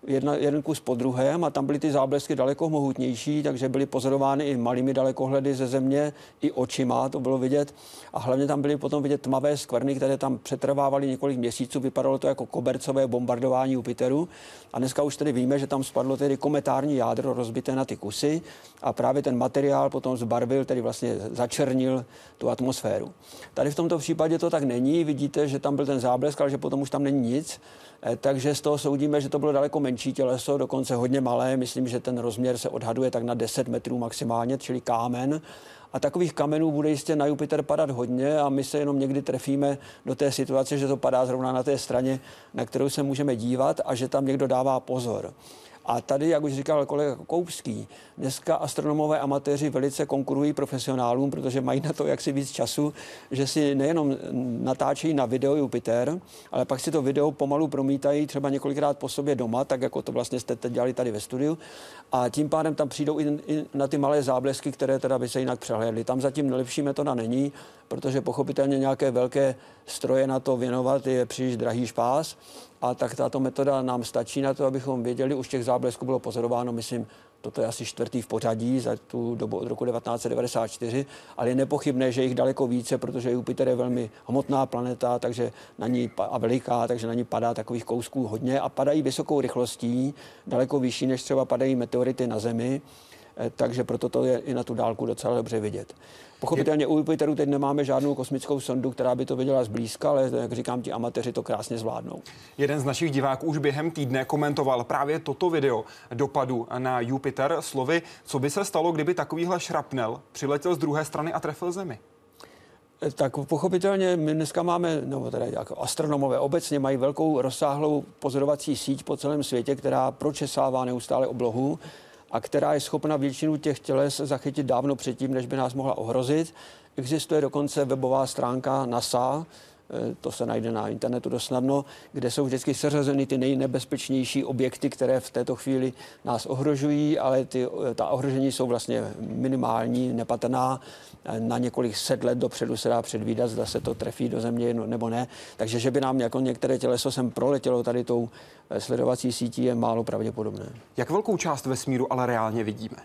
Speaker 5: jedna, jeden kus po druhém a tam byly ty záblesky daleko mohutnější, takže byly pozorovány i malými dalekohledy ze Země, i očima, to bylo vidět. A hlavně tam byly potom vidět tmavé skvrny, které tam přetrvávaly několik měsíců. Vypadalo to jako kobercové bombardování Jupiteru. A dneska už tedy víme, že tam spadlo tedy kometární jádro rozbité na ty kusy a právě ten materiál potom zbarvil, tedy vlastně začernil tu atmosféru. Tady v tomto případě to tak není. Vidíte, že tam byl ten záblesk, ale že potom už tam není nic. Takže z toho soudíme, že to bylo daleko menší těleso, dokonce hodně malé. Myslím, že ten rozměr se odhaduje tak na deset metrů maximálně, čili kámen. A takových kamenů bude jistě na Jupiter padat hodně a my se jenom někdy trefíme do té situace, že to padá zrovna na té straně, na kterou se můžeme dívat a že tam někdo dává pozor. A tady, jak už říkal kolega Koupský, dneska astronomové amatéři velice konkurují profesionálům, protože mají na to jaksi víc času, že si nejenom natáčejí na video Jupiter, ale pak si to video pomalu promítají třeba několikrát po sobě doma, tak jako to vlastně jste teď dělali tady ve studiu. A tím pádem tam přijdou i na ty malé záblesky, které teda by se jinak přehlédly. Tam zatím nejlepší metoda není, protože pochopitelně nějaké velké stroje na to věnovat je příliš drahý špás. A tak tato metoda nám stačí na to, abychom věděli, už těch záblesků bylo pozorováno, myslím, toto je asi čtvrtý v pořadí za tu dobu od roku devatenáct set devadesát čtyři, ale je nepochybné, že jich daleko více, protože Jupiter je velmi hmotná planeta, takže na ní a veliká, takže na ní padá takových kousků hodně a padají vysokou rychlostí, daleko vyšší, než třeba padají meteority na Zemi. Takže proto to je i na tu dálku docela dobře vidět. Pochopitelně u Jupiteru teď nemáme žádnou kosmickou sondu, která by to viděla zblízka, ale jak říkám, ti amatéři to krásně zvládnou.
Speaker 1: Jeden z našich diváků už během týdne komentoval právě toto video dopadu na Jupiter slovy, co by se stalo, kdyby takovýhle šrapnel přiletěl z druhé strany a trefil Zemi.
Speaker 5: Tak pochopitelně my dneska máme, nebo teda jako astronomové obecně mají velkou rozsáhlou pozorovací síť po celém světě, která pročesává neustále oblohu a která je schopna většinu těch těles zachytit dávno předtím, než by nás mohla ohrozit. Existuje dokonce webová stránka NASA, to se najde na internetu dost snadno, kde jsou vždycky seřazeny ty nejnebezpečnější objekty, které v této chvíli nás ohrožují, ale ty, ta ohrožení jsou vlastně minimální, nepatrná. Na několik set let dopředu se dá předvídat, zda se to trefí do Země nebo ne. Takže, že by nám jako některé těleso sem proletělo tady tou sledovací sítí, je málo pravděpodobné.
Speaker 1: Jak velkou část vesmíru ale reálně vidíme?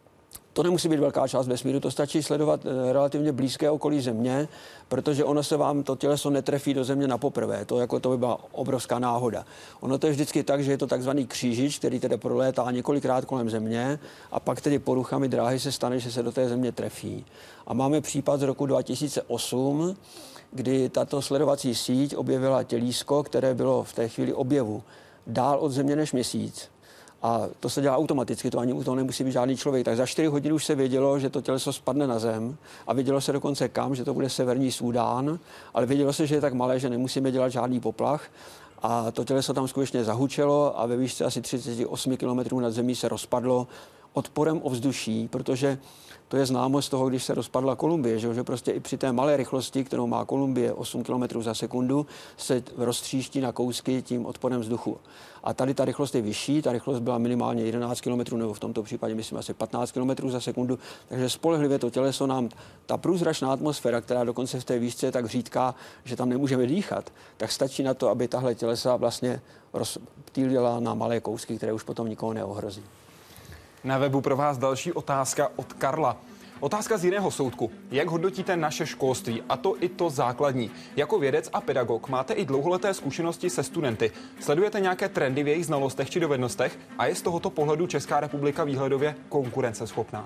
Speaker 5: To nemusí být velká část vesmíru, to stačí sledovat relativně blízké okolí Země, protože ono se vám to těleso netrefí do Země na poprvé. To, jako to by byla obrovská náhoda. Ono to je vždycky tak, že je to takzvaný křížič, který tedy prolétá několikrát kolem Země a pak tedy poruchami dráhy se stane, že se do té Země trefí. A máme případ z roku dva tisíce osm, kdy tato sledovací síť objevila tělísko, které bylo v té chvíli objevu dál od Země než Měsíc. A to se dělá automaticky, to ani u toho nemusí být žádný člověk. Tak za čtyři hodiny už se vědělo, že to těleso spadne na Zem a vědělo se dokonce kam, že to bude severní Súdán, ale vědělo se, že je tak malé, že nemusíme dělat žádný poplach. A to těleso tam skutečně zahučelo a ve výšce asi třicet osm kilometrů nad Zemí se rozpadlo odporem ovzduší, protože to je známo z toho, když se rozpadla Kolumbie, že, že prostě i při té malé rychlosti, kterou má Kolumbie osm kilometrů za sekundu, se roztříští na kousky tím odporem vzduchu. A tady ta rychlost je vyšší, ta rychlost byla minimálně jedenáct kilometrů, nebo v tomto případě myslím asi patnáct kilometrů za sekundu, takže spolehlivě to těleso nám, ta průzračná atmosféra, která dokonce v té výšce je tak řídká, že tam nemůžeme dýchat, tak stačí na to, aby tahle tělesa vlastně rozptýlila na malé kousky, které už potom nikoho neohrozí.
Speaker 1: Na webu pro vás další otázka od Karla. Otázka z jiného soudku. Jak hodnotíte naše školství, a to i to základní? Jako vědec a pedagog máte i dlouholeté zkušenosti se studenty. Sledujete nějaké trendy v jejich znalostech či dovednostech a je z tohoto pohledu Česká republika výhledově konkurenceschopná?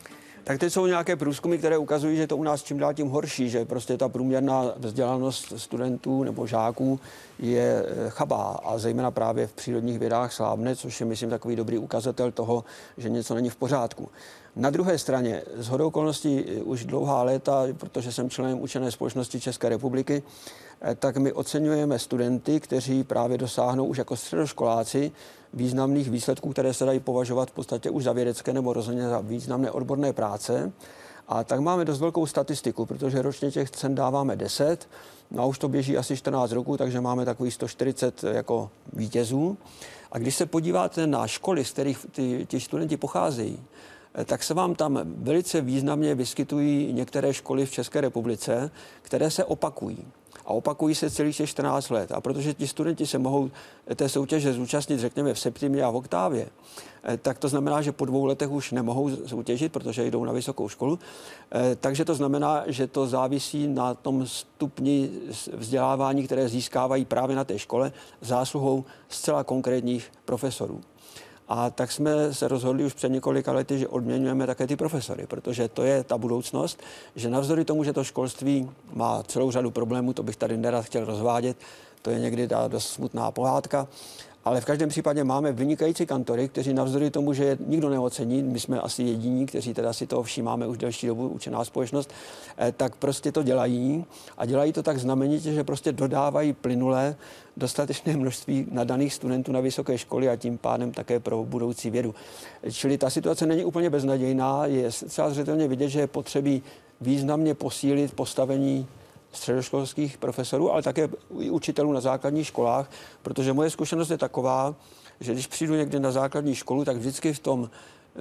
Speaker 5: Tak teď jsou nějaké průzkumy, které ukazují, že to u nás čím dál tím horší, že prostě ta průměrná vzdělanost studentů nebo žáků je chabá a zejména právě v přírodních vědách slábne, což je, myslím, takový dobrý ukazatel toho, že něco není v pořádku. Na druhé straně, shodou okolností už dlouhá léta, protože jsem členem učené společnosti České republiky, tak my oceňujeme studenty, kteří právě dosáhnou už jako středoškoláci významných výsledků, které se dají považovat v podstatě už za vědecké nebo rozhodně za významné odborné práce. A tak máme dost velkou statistiku, protože ročně těch cen dáváme deset, no a už to běží asi čtrnáct roků, takže máme takových sto čtyřicet jako vítězů. A když se podíváte na školy, z kterých ty, ti studenti pocházejí, tak se vám tam velice významně vyskytují některé školy v České republice, které se opakují. a opakují se celých těch čtrnáct let. A protože ti studenti se mohou té soutěže zúčastnit, řekněme, v septimě a v oktávě, tak to znamená, že po dvou letech už nemohou soutěžit, protože jdou na vysokou školu. Takže to znamená, že to závisí na tom stupni vzdělávání, které získávají právě na té škole zásluhou zcela konkrétních profesorů. A tak jsme se rozhodli už před několika lety, že odměňujeme také ty profesory, protože to je ta budoucnost, že navzdory tomu, že to školství má celou řadu problémů, to bych tady nerad chtěl rozvádět, to je někdy dost smutná pohádka, ale v každém případě máme vynikající kantory, kteří navzdory tomu, že je nikdo neocení, my jsme asi jediní, kteří teda si toho všímáme už delší dobu, učená společnost, tak prostě to dělají a dělají to tak znamenitě, že prostě dodávají plynule dostatečné množství nadaných studentů na vysoké školy a tím pádem také pro budoucí vědu. Čili ta situace není úplně beznadějná, je zcela zřetelně vidět, že je potřebí významně posílit postavení středoškolských profesorů, ale také i učitelů na základních školách, protože moje zkušenost je taková, že když přijdu někde na základní školu, tak vždycky v tom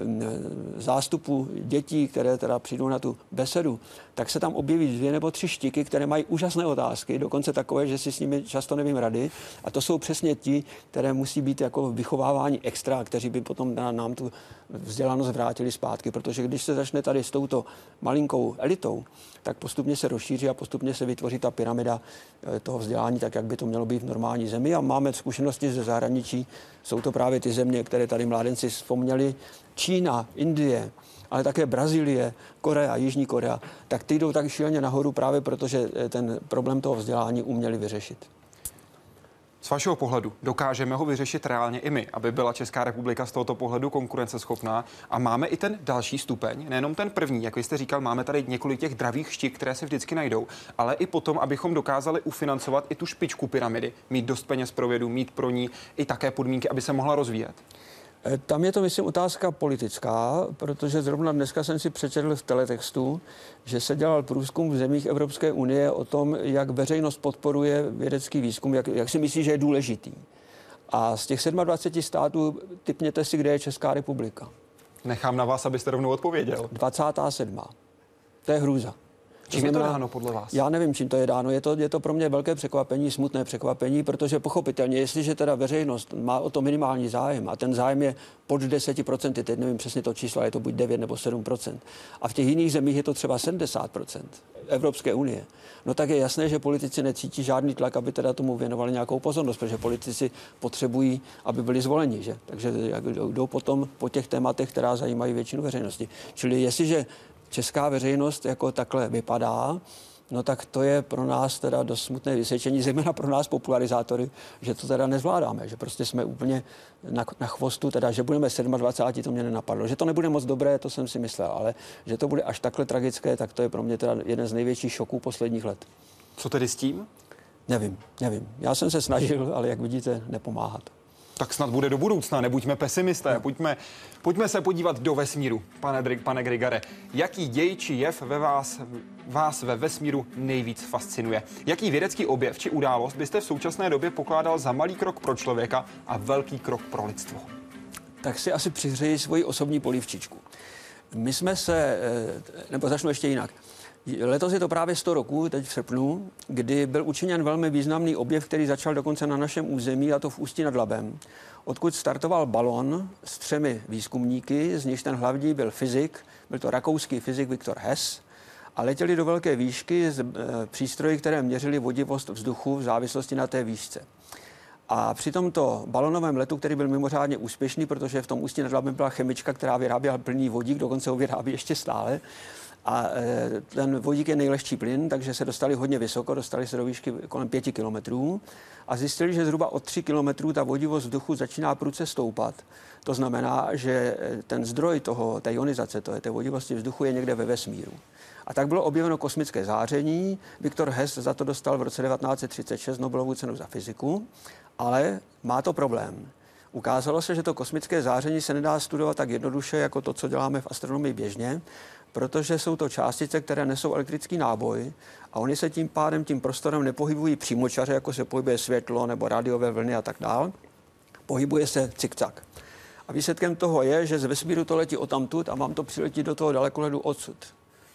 Speaker 5: zástupu dětí, které teda přijdou na tu besedu, tak se tam objeví dvě nebo tři štiky, které mají úžasné otázky, dokonce takové, že si s nimi často nevím rady. A to jsou přesně ti, které musí být jako vychovávání extra, kteří by potom nám tu vzdělanost vrátili zpátky. Protože když se začne tady s touto malinkou elitou, tak postupně se rozšíří a postupně se vytvoří ta pyramida toho vzdělání, tak jak by to mělo být v normální zemi. A máme zkušenosti ze zahraničí. Jsou to právě ty země, které tady mládenci vzpomněli. Čína, Indie, ale také Brazílie, Korea, Jižní Korea, tak ty jdou tak šíleně nahoru právě proto, že ten problém toho vzdělání uměli vyřešit.
Speaker 1: Z vašeho pohledu dokážeme ho vyřešit reálně i my, aby byla Česká republika z tohoto pohledu konkurenceschopná a máme i ten další stupeň, nejenom ten první, jak vy jste říkal, máme tady několik těch dravých štik, které se vždycky najdou, ale i potom, abychom dokázali ufinancovat i tu špičku pyramidy, mít dost peněz pro vědu, mít pro ní i také podmínky, aby se mohla rozvíjet.
Speaker 5: Tam je to, myslím, otázka politická, protože zrovna dneska jsem si přečetl v teletextu, že se dělal průzkum v zemích Evropské unie o tom, jak veřejnost podporuje vědecký výzkum, jak, jak si myslí, že je důležitý. A z těch dvaceti sedmi států tipněte si, kde je Česká republika.
Speaker 1: Nechám na vás, abyste rovnou odpověděl.
Speaker 5: dvacátá sedmá To je hrůza.
Speaker 1: Čím je to dáno podle vás?
Speaker 5: Já nevím, čím to je dáno. Je to, je to pro mě velké překvapení, smutné překvapení, protože pochopitelně, jestliže teda veřejnost má o to minimální zájem a ten zájem je pod deset procent, teď nevím přesně to číslo, je to buď devět nebo sedm procent. A v těch jiných zemích je to třeba sedmdesát procent Evropské unie. No tak je jasné, že politici necítí žádný tlak, aby teda tomu věnovali nějakou pozornost, protože politici potřebují, aby byli zvoleni, že? Takže jdou potom po těch tématech, která zajímají většinu veřejnosti. Čili jestliže česká veřejnost jako takhle vypadá, no tak to je pro nás teda dost smutné vysvědčení, zejména pro nás popularizátory, že to teda nezvládáme, že prostě jsme úplně na, na chvostu, teda, že budeme dvacátí sedmí to mě nenapadlo. Že to nebude moc dobré, to jsem si myslel, ale že to bude až takhle tragické, tak to je pro mě teda jeden z největších šoků posledních let.
Speaker 1: Co tedy s tím?
Speaker 5: Nevím, nevím. Já jsem se snažil, ale jak vidíte, nepomáhat.
Speaker 1: Tak snad bude do budoucna, nebuďme pesimisté, no. pojďme, pojďme se podívat do vesmíru, pane, pane Grigare. Jaký děj či jev ve vás, vás ve vesmíru nejvíc fascinuje? Jaký vědecký objev či událost byste v současné době pokládal za malý krok pro člověka a velký krok pro lidstvo?
Speaker 5: Tak si asi přihřeji svoji osobní polívčičku. My jsme se, nebo začnu ještě jinak. Letos je to právě sto roků, teď v srpnu, kdy byl učiněn velmi významný objev, který začal dokonce na našem území, a to v Ústí nad Labem, odkud startoval balon s třemi výzkumníky, z nichž ten hlavní byl fyzik, byl to rakouský fyzik Viktor Hess, a letěli do velké výšky z e, přístroji, které měřily vodivost vzduchu v závislosti na té výšce. A při tomto balonovém letu, který byl mimořádně úspěšný, protože v tom Ústí nad Labem byla chemička, která vyráběla plynný vodík, dokonce ho vyrábí ještě stále, a ten vodík je nejlehčí plyn, takže se dostali hodně vysoko, dostali se do výšky kolem pěti kilometrů a zjistili, že zhruba od tří kilometrů ta vodivost vzduchu začíná prudce stoupat. To znamená, že ten zdroj toho, té ionizace, to je té vodivosti vzduchu, je někde ve vesmíru. A tak bylo objeveno kosmické záření. Viktor Hess za to dostal v roce devatenáct set třicet šest Nobelovu cenu za fyziku, ale má to problém. Ukázalo se, že to kosmické záření se nedá studovat tak jednoduše, jako to, co děláme v astronomii běžně, protože jsou to částice, které nesou elektrický náboj a oni se tím pádem tím prostorem nepohybují přímočaře, jako se pohybuje světlo nebo rádiové vlny a tak dál. Pohybuje se cikcak. A výsledkem toho je, že z vesmíru to letí odtamtud a vám to přiletí do toho dalekohledu odsud.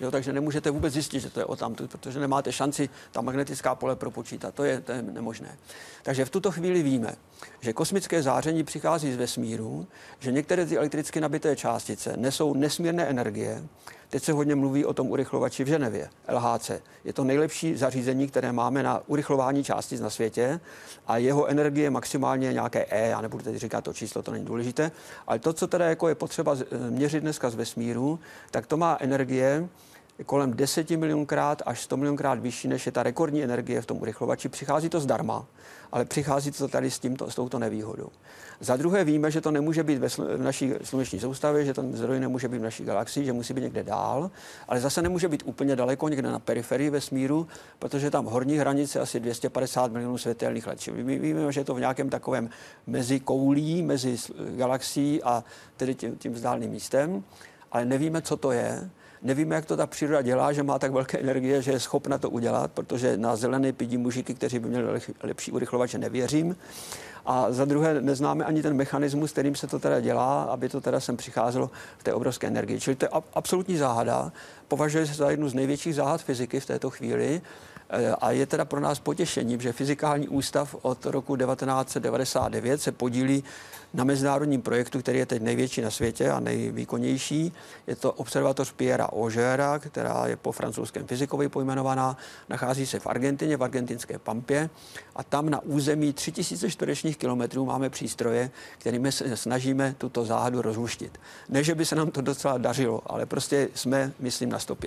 Speaker 5: Jo, takže nemůžete vůbec zjistit, že to je odtamtud, protože nemáte šanci ta magnetická pole propočítat. To je, to je nemožné. Takže v tuto chvíli víme, že kosmické záření přichází z vesmíru, že některé ty elektricky nabité částice nesou nesmírné energie. Teď se hodně mluví o tom urychlovači v Ženevě, L H C. Je to nejlepší zařízení, které máme na urychlování částic na světě a jeho energie maximálně nějaké E, já nebudu teď říkat to číslo, to není důležité, ale to, co teda jako je potřeba měřit dneska z vesmíru, tak to má energie kolem deset milionkrát až sto milionkrát vyšší, než je ta rekordní energie v tom urychlovači. Přichází to zdarma, ale přichází to tady s, tímto, s touto nevýhodou. Za druhé víme, že to nemůže být ve sl- v naší sluneční soustavě, že ten zdroj nemůže být v naší galaxii, že musí být někde dál, ale zase nemůže být úplně daleko, někde na periferii vesmíru, protože tam horní hranice asi dvě stě padesát milionů světelných let. Čili my víme, že je to v nějakém takovém mezi koulí, mezi galaxií a tedy tím, tím vzdáleným místem, ale nevíme, co to je. Nevíme, jak to ta příroda dělá, že má tak velké energie, že je schopna to udělat, protože na zelené pidí mužiky, kteří by měli lepší urychlovače, nevěřím. A za druhé neznáme ani ten mechanismus, kterým se to teda dělá, aby to teda sem přicházelo v té obrovské energii. Čili to je absolutní záhada. Považuje se za jednu z největších záhad fyziky v této chvíli. A je teda pro nás potěšením, že Fyzikální ústav od roku devatenáct set devadesát devět se podílí na mezinárodním projektu, který je teď největší na světě a nejvýkonnější. Je to observatoř Pierra Augera, která je po francouzském fyzikovi pojmenovaná. Nachází se v Argentině, v argentinské Pampě a tam na území tři tisíce čtverečních kilometrů máme přístroje, kterými se snažíme tuto záhadu rozluštit. Ne, že by se nám to docela dařilo, ale prostě jsme, myslím, na stopě.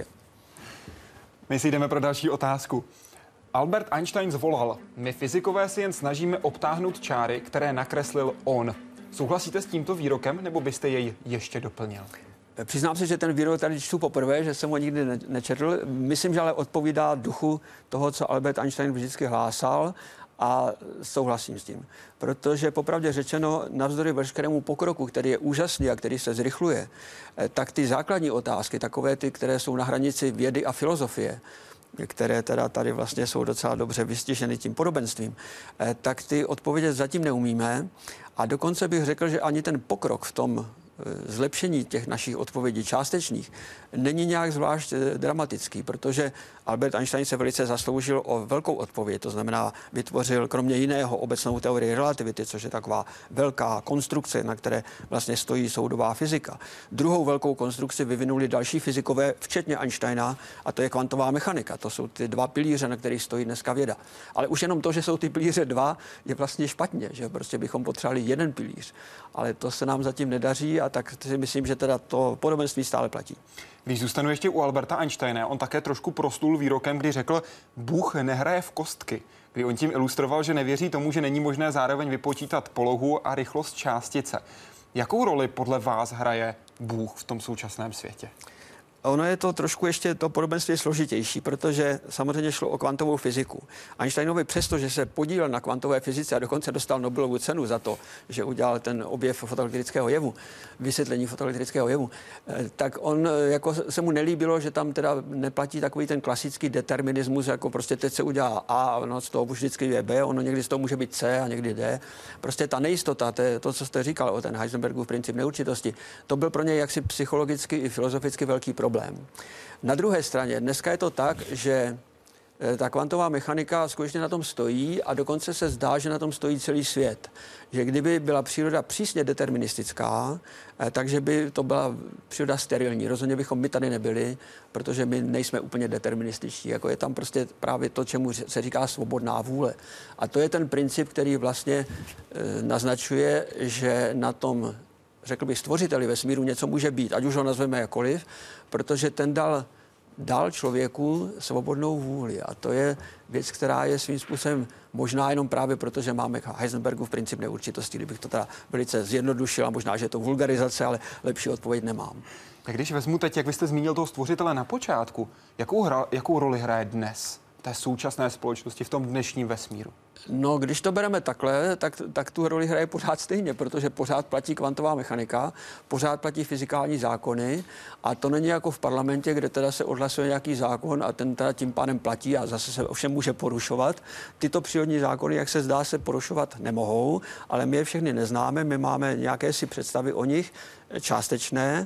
Speaker 1: My si jdeme pro další otázku. Albert Einstein zvolal: my fyzikové si jen snažíme obtáhnout čáry, které nakreslil on. Souhlasíte s tímto výrokem, nebo byste jej ještě doplnil?
Speaker 5: Přiznám se, že ten výrok tady čtu poprvé, že jsem ho nikdy nečetl. Myslím, že ale odpovídá duchu toho, co Albert Einstein vždycky hlásal, a souhlasím s tím. Protože popravdě řečeno, navzdory veškerému pokroku, který je úžasný a který se zrychluje, tak ty základní otázky, takové ty, které jsou na hranici vědy a filozofie, které teda tady vlastně jsou docela dobře vystiženy tím podobenstvím, tak ty odpovědět zatím neumíme. A dokonce bych řekl, že ani ten pokrok v tom zlepšení těch našich odpovědí částečných není nějak zvlášť dramatický, protože Albert Einstein se velice zasloužil o velkou odpověď, to znamená vytvořil kromě jiného obecnou teorii relativity, což je taková velká konstrukce, na které vlastně stojí soudová fyzika. Druhou velkou konstrukci vyvinuli další fyzikové, včetně Einsteina, a to je kvantová mechanika. To jsou ty dva pilíře, na kterých stojí dneska věda. Ale už jenom to, že jsou ty pilíře dva, je vlastně špatně, že prostě bychom potřebovali jeden pilíř. Ale to se nám zatím nedaří a tak si myslím, že teda to podobenství stále platí.
Speaker 1: Když zůstanu ještě u Alberta Einsteina, on také trošku prostul výrokem, kdy řekl: Bůh nehraje v kostky. Kdy on tím ilustroval, že nevěří tomu, že není možné zároveň vypočítat polohu a rychlost částice. Jakou roli podle vás hraje Bůh v tom současném světě?
Speaker 5: Ono je to trošku ještě to podobenství složitější, protože samozřejmě šlo o kvantovou fyziku. Einsteinovi přesto, že se podílel na kvantové fyzice a dokonce dostal Nobelovu cenu za to, že udělal ten objev fotoelektrického jevu, vysvětlení fotoelektrického jevu, tak on jako se mu nelíbilo, že tam teda neplatí takový ten klasický determinismus, jako prostě teď se udělá A a no, z toho vždycky je B, ono někdy z toho může být C a někdy D. Prostě ta nejistota, to, to co jste říkal o ten Heisenbergův princip neurčitosti, to byl pro něj jaksi psychologicky i filozoficky velký problém. Na druhé straně, dneska je to tak, že ta kvantová mechanika skutečně na tom stojí a dokonce se zdá, že na tom stojí celý svět. Že kdyby byla příroda přísně deterministická, takže by to byla příroda sterilní. Rozhodně bychom my tady nebyli, protože my nejsme úplně determinističtí. Jako je tam prostě právě to, čemu se říká svobodná vůle. A to je ten princip, který vlastně naznačuje, že na tom, řekl bych, stvořiteli vesmíru něco může být, ať už ho nazveme jakkoliv, protože ten dal, dal člověku svobodnou vůli. A to je věc, která je svým způsobem možná jenom právě proto, že máme Heisenbergův princip neurčitosti, kdybych to teda velice zjednodušil, a možná, že je to vulgarizace, ale lepší odpověď nemám.
Speaker 1: Tak když vezmu teď, jak vy jste zmínil toho stvořitele na počátku, jakou, hra, jakou roli hraje dnes v té současné společnosti, v tom dnešním vesmíru?
Speaker 5: No, když to bereme takhle, tak, tak tu roli hraje pořád stejně, protože pořád platí kvantová mechanika, pořád platí fyzikální zákony a to není jako v parlamentě, kde teda se odhlasuje nějaký zákon a ten teda tím pádem platí a zase se ovšem může porušovat. Tyto přírodní zákony, jak se zdá, se porušovat nemohou, ale my je všechny neznáme, my máme nějaké si představy o nich částečné.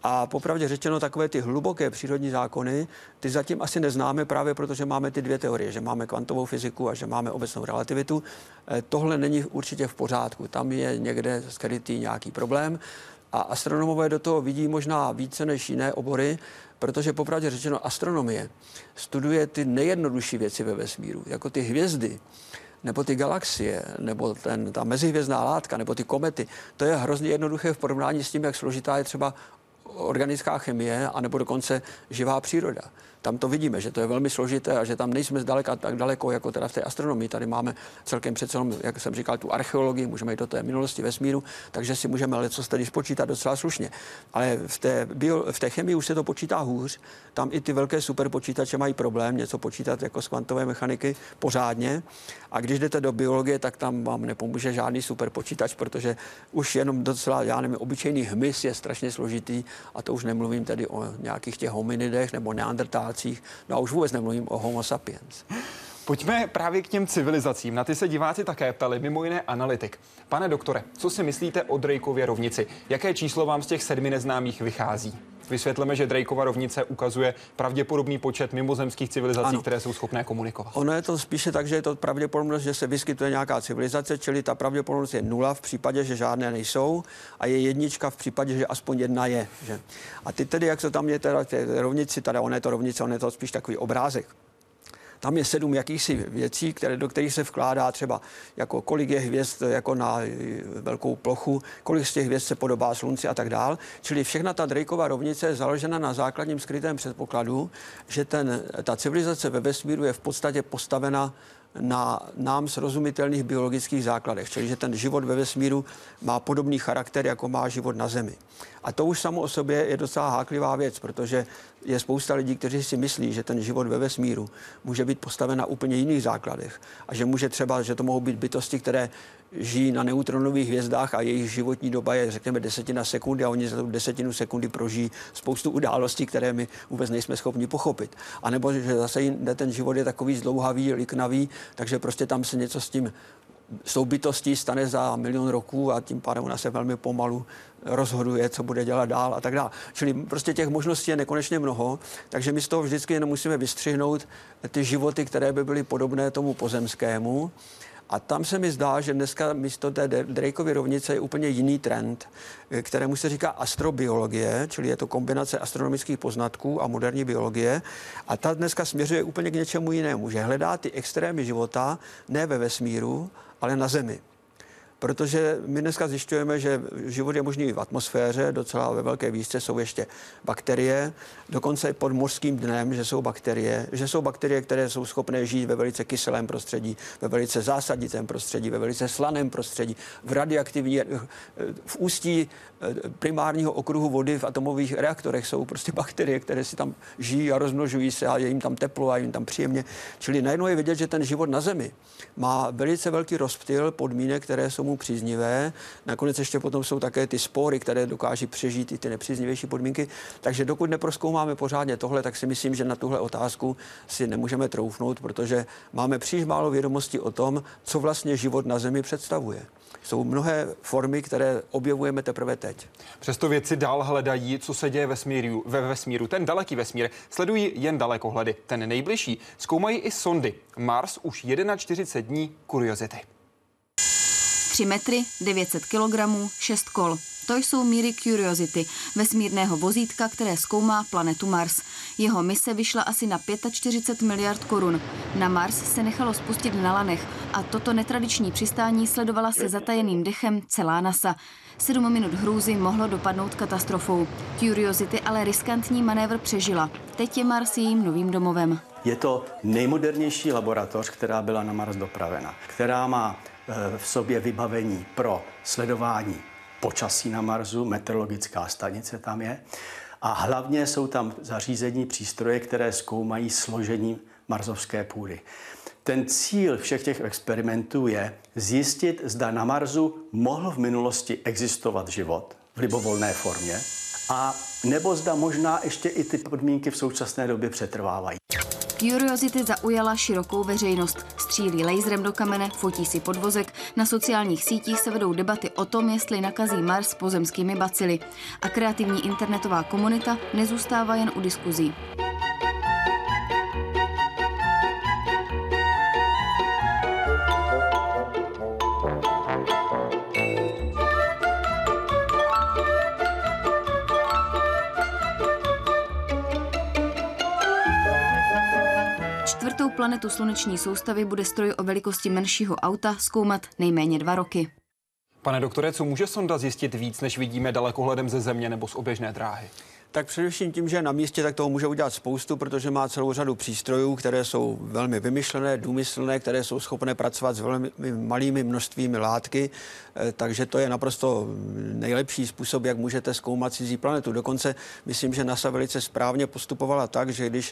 Speaker 5: A popravdě řečeno, takové ty hluboké přírodní zákony, ty zatím asi neznáme právě proto, že máme ty dvě teorie, že máme kvantovou fyziku a že máme obecnou relativitu. Tohle není určitě v pořádku. Tam je někde skrytý nějaký problém. A astronomové do toho vidí možná více než jiné obory, protože popravdě řečeno astronomie studuje ty nejjednodušší věci ve vesmíru, jako ty hvězdy, nebo ty galaxie, nebo ten, ta mezihvězdná látka, nebo ty komety. To je hrozně jednoduché v porovnání s tím, jak složitá je třeba organická chemie, anebo dokonce živá příroda. Tam to vidíme, že to je velmi složité a že tam nejsme zdaleka tak daleko, jako teda v té astronomii. Tady máme celkem přece jenom, jak jsem říkal, tu archeologii, můžeme jít do té minulosti vesmíru, takže si můžeme lecos tady spočítat docela slušně. Ale v té, bio, v té chemii už se to počítá hůř. Tam i ty velké superpočítače mají problém něco počítat jako z kvantové mechaniky pořádně. A když jdete do biologie, tak tam vám nepomůže žádný superpočítač, protože už jenom docela, já nevím, obyčejný hmyz je strašně složitý, a to už nemluvím tedy o nějakých těch hominidech nebo neandertálcích, no a už vůbec nemluvím o homo sapiens.
Speaker 1: Pojďme právě k těm civilizacím. Na ty se diváci také ptali, mimo jiné analytik. Pane doktore, co si myslíte o Drakeově rovnici? Jaké číslo vám z těch sedmi neznámých vychází? Vysvětlíme, že Drakeova rovnice ukazuje pravděpodobný počet mimozemských civilizací, ano, které jsou schopné komunikovat.
Speaker 5: Ono je to spíše tak, že je to pravděpodobnost, že se vyskytuje nějaká civilizace, čili ta pravděpodobnost je nula v případě, že žádné nejsou, a je jednička v případě, že aspoň jedna je. Že? A ty tedy, jak se tam je teda rovnici, tady ono je to rovnice, ono je to spíš takový obrázek. Tam je sedm jakýchsi věcí, které, do kterých se vkládá třeba jako kolik je hvězd jako na velkou plochu, kolik z těch hvězd se podobá Slunci a tak dál. Čili všechna ta Drakeova rovnice je založena na základním skrytém předpokladu, že ten, ta civilizace ve vesmíru je v podstatě postavena na nám srozumitelných biologických základech, čili že ten život ve vesmíru má podobný charakter, jako má život na Zemi. A to už samo o sobě je docela háklivá věc, protože je spousta lidí, kteří si myslí, že ten život ve vesmíru může být postaven na úplně jiných základech a že může třeba, že to mohou být bytosti, které žijí na neutronových hvězdách a jejich životní doba je, řekněme, desetina sekundy a oni za tu desetinu sekundy prožijí spoustu událostí, které my vůbec nejsme schopni pochopit. A nebo že zase ten život je takový zdlouhavý, liknavý, takže prostě tam se něco s tím s tou bytostí stane za milion roků a tím pádem ona se velmi pomalu rozhoduje, co bude dělat dál a tak dále. Čili prostě těch možností je nekonečně mnoho, takže my z toho vždycky jenom musíme vystřihnout ty životy, které by byly podobné tomu pozemskému. A tam se mi zdá, že dneska místo té Drakeovy rovnice je úplně jiný trend, kterému se říká astrobiologie, čili je to kombinace astronomických poznatků a moderní biologie. A ta dneska směřuje úplně k něčemu jinému, že hledá ty extrémy života ne ve vesmíru, ale na Zemi. Protože my dneska zjišťujeme, že život je možný v atmosféře, docela ve velké výšce jsou ještě bakterie, dokonce pod mořským dnem, že jsou bakterie, že jsou bakterie, které jsou schopné žít ve velice kyselém prostředí, ve velice zásaditém prostředí, ve velice slaném prostředí, v radioaktivní, v ústí primárního okruhu vody v atomových reaktorech jsou prostě bakterie, které si tam žijí a rozmnožují se a je jim tam teplo a je jim tam příjemně. Čili najednou je vidět, že ten život na Zemi má velice velký rozptyl podmínek, které jsou mu příznivé. Nakonec ještě potom jsou také ty spory, které dokáží přežít i ty nepříznivější podmínky. Takže dokud neprozkoumáme pořádně tohle, tak si myslím, že na tuhle otázku si nemůžeme troufnout, protože máme příliš málo vědomostí o tom, co vlastně život na Zemi představuje. Jsou mnohé formy, které objevujeme teprve teď.
Speaker 1: Přesto vědci dál hledají, co se děje vesmíru, ve vesmíru. Ten daleký vesmír sledují jen dalekohledy. Ten nejbližší zkoumají i sondy. Mars už čtyřicet jedna dní Curiosity.
Speaker 4: tři metry, devět set kilogramů, šest kol. To jsou míry Curiosity, vesmírného vozítka, které zkoumá planetu Mars. Jeho mise vyšla asi na čtyřicet pět miliard korun. Na Mars se nechalo spustit na lanech a toto netradiční přistání sledovala se zatajeným dechem celá NASA. Sedm minut hrůzy mohlo dopadnout katastrofou. Curiosity ale riskantní manévr přežila. Teď je Mars jejím novým domovem.
Speaker 2: Je to nejmodernější laboratoř, která byla na Mars dopravena, která má v sobě vybavení pro sledování počasí na Marsu, meteorologická stanice tam je a hlavně jsou tam zařízení, přístroje, které zkoumají složení marsovské půdy. Ten cíl všech těch experimentů je zjistit, zda na Marsu mohl v minulosti existovat život v libovolné formě a nebo zda možná ještě i ty podmínky v současné době přetrvávají.
Speaker 4: Curiosity zaujala širokou veřejnost. Střílí laserem do kamene, fotí si podvozek. Na sociálních sítích se vedou debaty o tom, jestli nakazí Mars pozemskými bacily. A kreativní internetová komunita nezůstává jen u diskuzí. Čtvrtou planetu sluneční soustavy bude stroj o velikosti menšího auta zkoumat nejméně dva roky.
Speaker 1: Pane doktore, co může sonda zjistit víc, než vidíme dalekohledem ze Země nebo z oběžné dráhy?
Speaker 5: Tak především tím, že na místě, tak toho může udělat spoustu, protože má celou řadu přístrojů, které jsou velmi vymyšlené, důmyslné, které jsou schopné pracovat s velmi malými množstvími látky, takže to je naprosto nejlepší způsob, jak můžete zkoumat cizí planetu. Dokonce myslím, že NASA velice správně postupovala tak, že když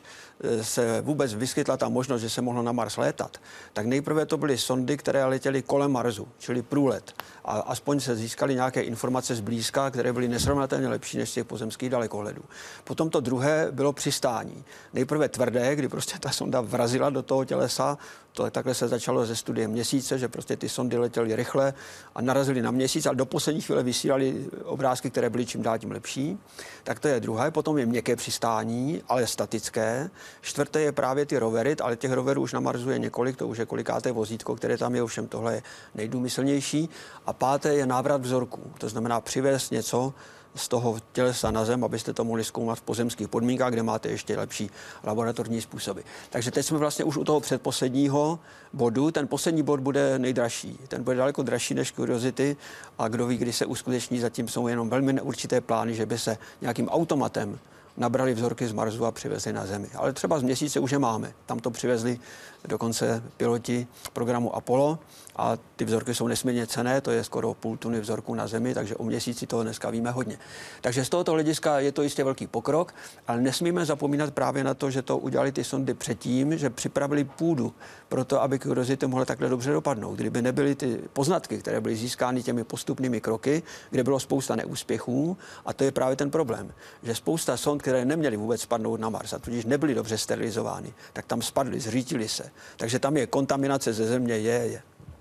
Speaker 5: se vůbec vyskytla ta možnost, že se mohlo na Mars létat, tak nejprve to byly sondy, které letěly kolem Marsu, čili průlet. A aspoň se získaly nějaké informace zblízka, které byly nesrovnatelně lepší než z těch pozemských dalekohledů. Potom to druhé bylo přistání. Nejprve tvrdé, kdy prostě ta sonda vrazila do toho tělesa. To, takhle se začalo ze studie Měsíce, že prostě ty sondy letěly rychle a narazily na Měsíc, ale do poslední chvíle vysílali obrázky, které byly čím dál tím lepší. Tak to je druhé. Potom je měkké přistání, ale statické. Čtvrté je právě ty rovery, ale těch roverů už na Marsu je několik, to už je kolikáté vozítko, které tam je, ovšem tohle je nejdůmyslnější. A páté je návrat vzorků. To znamená přivést něco z toho tělesa na Zem, abyste to mohli zkoumat v pozemských podmínkách, kde máte ještě lepší laboratorní způsoby. Takže teď jsme vlastně už u toho předposledního bodu. Ten poslední bod bude nejdražší. Ten bude daleko dražší než Curiosity a kdo ví, kdy se uskuteční, zatím jsou jenom velmi neurčité plány, že by se nějakým automatem nabrali vzorky z Marsu a přivezli na Zemi. Ale třeba z Měsíce už je máme. Tam to přivezli dokonce piloti programu Apollo a ty vzorky jsou nesmírně cenné, to je skoro půl tuny vzorků na Zemi, takže o Měsíci toho dneska víme hodně. Takže z tohoto hlediska je to jistě velký pokrok, ale nesmíme zapomínat právě na to, že to udělali ty sondy předtím, že připravili půdu pro to, aby Curiosity mohla takhle dobře dopadnout. Kdyby nebyly ty poznatky, které byly získány těmi postupnými kroky, kde bylo spousta neúspěchů, a to je právě ten problém, že spousta sond, které neměly vůbec spadnout na Mars a tudíž nebyly dobře sterilizovány, tak tam spadly, zřítily se. Takže tam je kontaminace ze Země, je, je.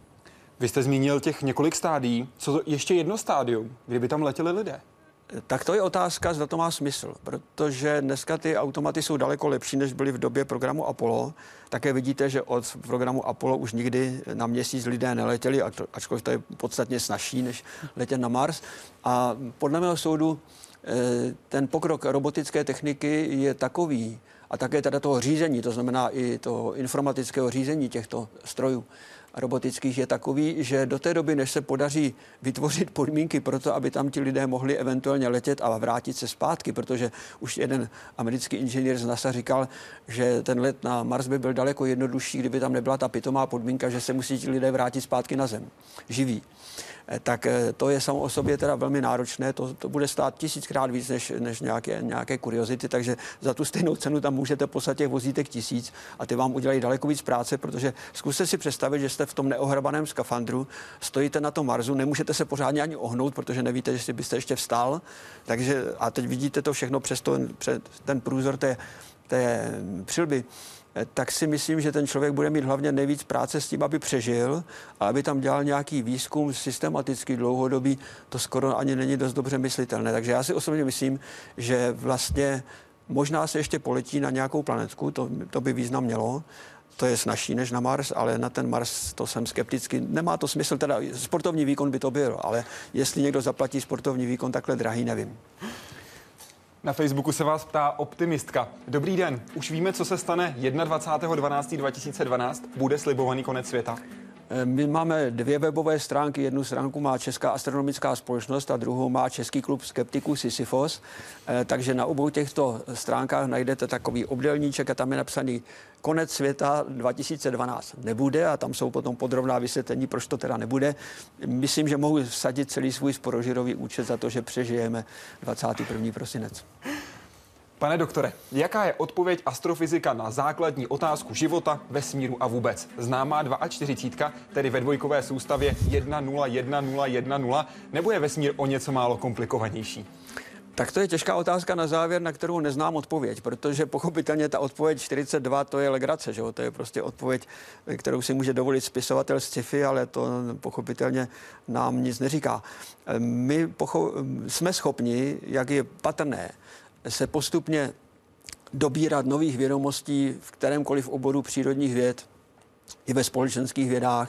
Speaker 1: Vy jste zmínil těch několik stádií. Co to ještě jedno stádium, kdyby tam letěli lidé?
Speaker 5: Tak to je otázka, zda to má smysl, protože dneska ty automaty jsou daleko lepší, než byly v době programu Apollo. Také vidíte, že od programu Apollo už nikdy na Měsíc lidé neletěli, ačkoliv to je podstatně snazší, než letět na Mars. A podle mého soudu ten pokrok robotické techniky je takový, a také teda toho řízení, to znamená i toho informatického řízení těchto strojů robotických je takový, že do té doby, než se podaří vytvořit podmínky pro to, aby tam ti lidé mohli eventuálně letět a vrátit se zpátky, protože už jeden americký inženýr z NASA říkal, že ten let na Mars by byl daleko jednodušší, kdyby tam nebyla ta pitomá podmínka, že se musí ti lidé vrátit zpátky na Zem, živí. Tak to je samo o sobě teda velmi náročné, to, to bude stát tisíckrát víc než, než nějaké, nějaké kuriozity, takže za tu stejnou cenu tam můžete poslat těch vozítek tisíc a ty vám udělají daleko víc práce, protože zkuste si představit, že jste v tom neohrabaném skafandru, stojíte na tom Marsu, nemůžete se pořádně ani ohnout, protože nevíte, jestli byste ještě vstál, takže a teď vidíte to všechno přes, to, přes ten průzor té, té přilby. Tak si myslím, že ten člověk bude mít hlavně nejvíc práce s tím, aby přežil a aby tam dělal nějaký výzkum systematický, dlouhodobý, to skoro ani není dost dobře myslitelné. Takže já si osobně myslím, že vlastně možná se ještě poletí na nějakou planetku, to, to by význam mělo, to je snazší než na Mars, ale na ten Mars to jsem skeptický. Nemá to smysl, teda sportovní výkon by to byl, ale jestli někdo zaplatí sportovní výkon takhle drahý, nevím.
Speaker 1: Na Facebooku se vás ptá optimistka. Dobrý den, už víme, co se stane dvacátého prvního dvanáctého dva tisíce dvanáct. Bude slibovaný konec světa?
Speaker 5: My máme dvě webové stránky. Jednu stránku má Česká astronomická společnost a druhou má Český klub skeptiků Sisyfos. Takže na obou těchto stránkách najdete takový obdélníček a tam je napsaný konec světa dva tisíce dvanáct nebude a tam jsou potom podrobná vysvětlení, proč to teda nebude. Myslím, že mohu vsadit celý svůj sporožirový účet za to, že přežijeme dvacátého prvního prosince.
Speaker 1: Pane doktore, jaká je odpověď astrofyzika na základní otázku života, vesmíru a vůbec? Známá čtyřicet dva, tedy ve dvojkové soustavě jedna nula jedna nula jedna nula, nebo je vesmír o něco málo komplikovanější?
Speaker 5: Tak to je těžká otázka na závěr, na kterou neznám odpověď, protože pochopitelně ta odpověď čtyřicet dva to je legrace, že jo? To je prostě odpověď, kterou si může dovolit spisovatel z sci-fi, ale to pochopitelně nám nic neříká. My pocho- jsme schopni, jak je patrné, se postupně dobírat nových vědomostí v kterémkoliv oboru přírodních věd i ve společenských vědách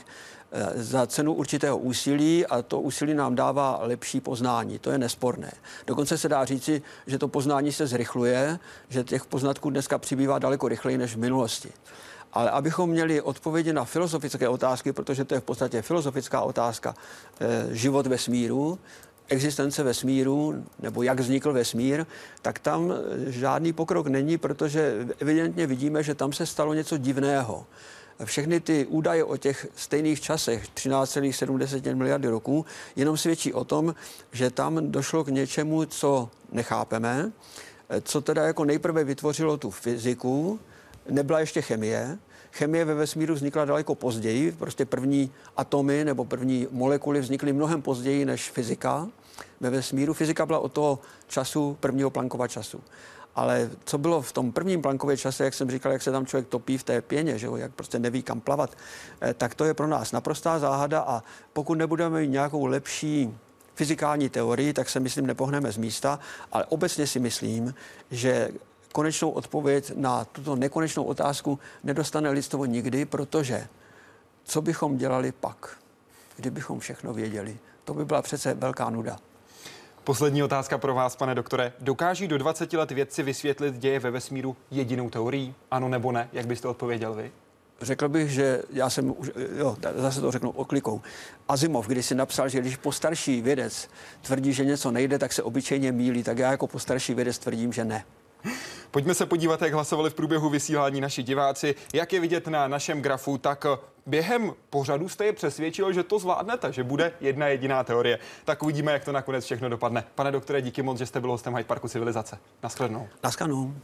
Speaker 5: za cenu určitého úsilí a to úsilí nám dává lepší poznání. To je nesporné. Dokonce se dá říci, že to poznání se zrychluje, že těch poznatků dneska přibývá daleko rychleji než v minulosti. Ale abychom měli odpovědi na filozofické otázky, protože to je v podstatě filozofická otázka, život vesmíru, existence vesmíru, nebo jak vznikl vesmír, tak tam žádný pokrok není, protože evidentně vidíme, že tam se stalo něco divného. Všechny ty údaje o těch stejných časech, třináct celá sedm miliardy roků, jenom svědčí o tom, že tam došlo k něčemu, co nechápeme, co teda jako nejprve vytvořilo tu fyziku, nebyla ještě chemie. Chemie ve vesmíru vznikla daleko později, prostě první atomy nebo první molekuly vznikly mnohem později než fyzika ve vesmíru. Fyzika byla od toho času, prvního Planckova času. Ale co bylo v tom prvním Planckově čase, jak jsem říkal, jak se tam člověk topí v té pěně, že jo, jak prostě neví, kam plavat, tak to je pro nás naprostá záhada a pokud nebudeme mít nějakou lepší fyzikální teorii, tak se, myslím, nepohneme z místa, ale obecně si myslím, že konečnou odpověď na tuto nekonečnou otázku nedostane lidstvo nikdy, protože co bychom dělali pak, kdybychom všechno věděli? To by byla přece velká nuda.
Speaker 1: Poslední otázka pro vás, pane doktore. Dokáží do dvaceti let vědci vysvětlit děje ve vesmíru jedinou teorií? Ano nebo ne? Jak byste odpověděl vy?
Speaker 5: Řekl bych, že já jsem, jo, zase to řeknu oklikou. Asimov, když si napsal, že když postarší vědec tvrdí, že něco nejde, tak se obyčejně mýlí, tak já jako postarší vědec tvrdím, že ne.
Speaker 1: Pojďme se podívat, jak hlasovali v průběhu vysílání naši diváci. Jak je vidět na našem grafu, tak během pořadu jste je přesvědčil, že to zvládnete, že bude jedna jediná teorie. Tak uvidíme, jak to nakonec všechno dopadne. Pane doktore, díky moc, že jste byl hostem Hyde Parku Civilizace. Naschledanou.
Speaker 5: Naschledanou.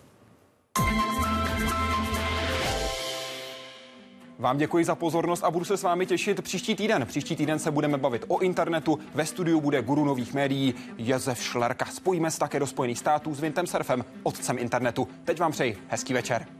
Speaker 1: Vám děkuji za pozornost a budu se s vámi těšit příští týden. Příští týden se budeme bavit o internetu. Ve studiu bude guru nových médií Josef Šlerka. Spojíme se také do Spojených států s Vintem Cerfem, otcem internetu. Teď vám přeji hezký večer.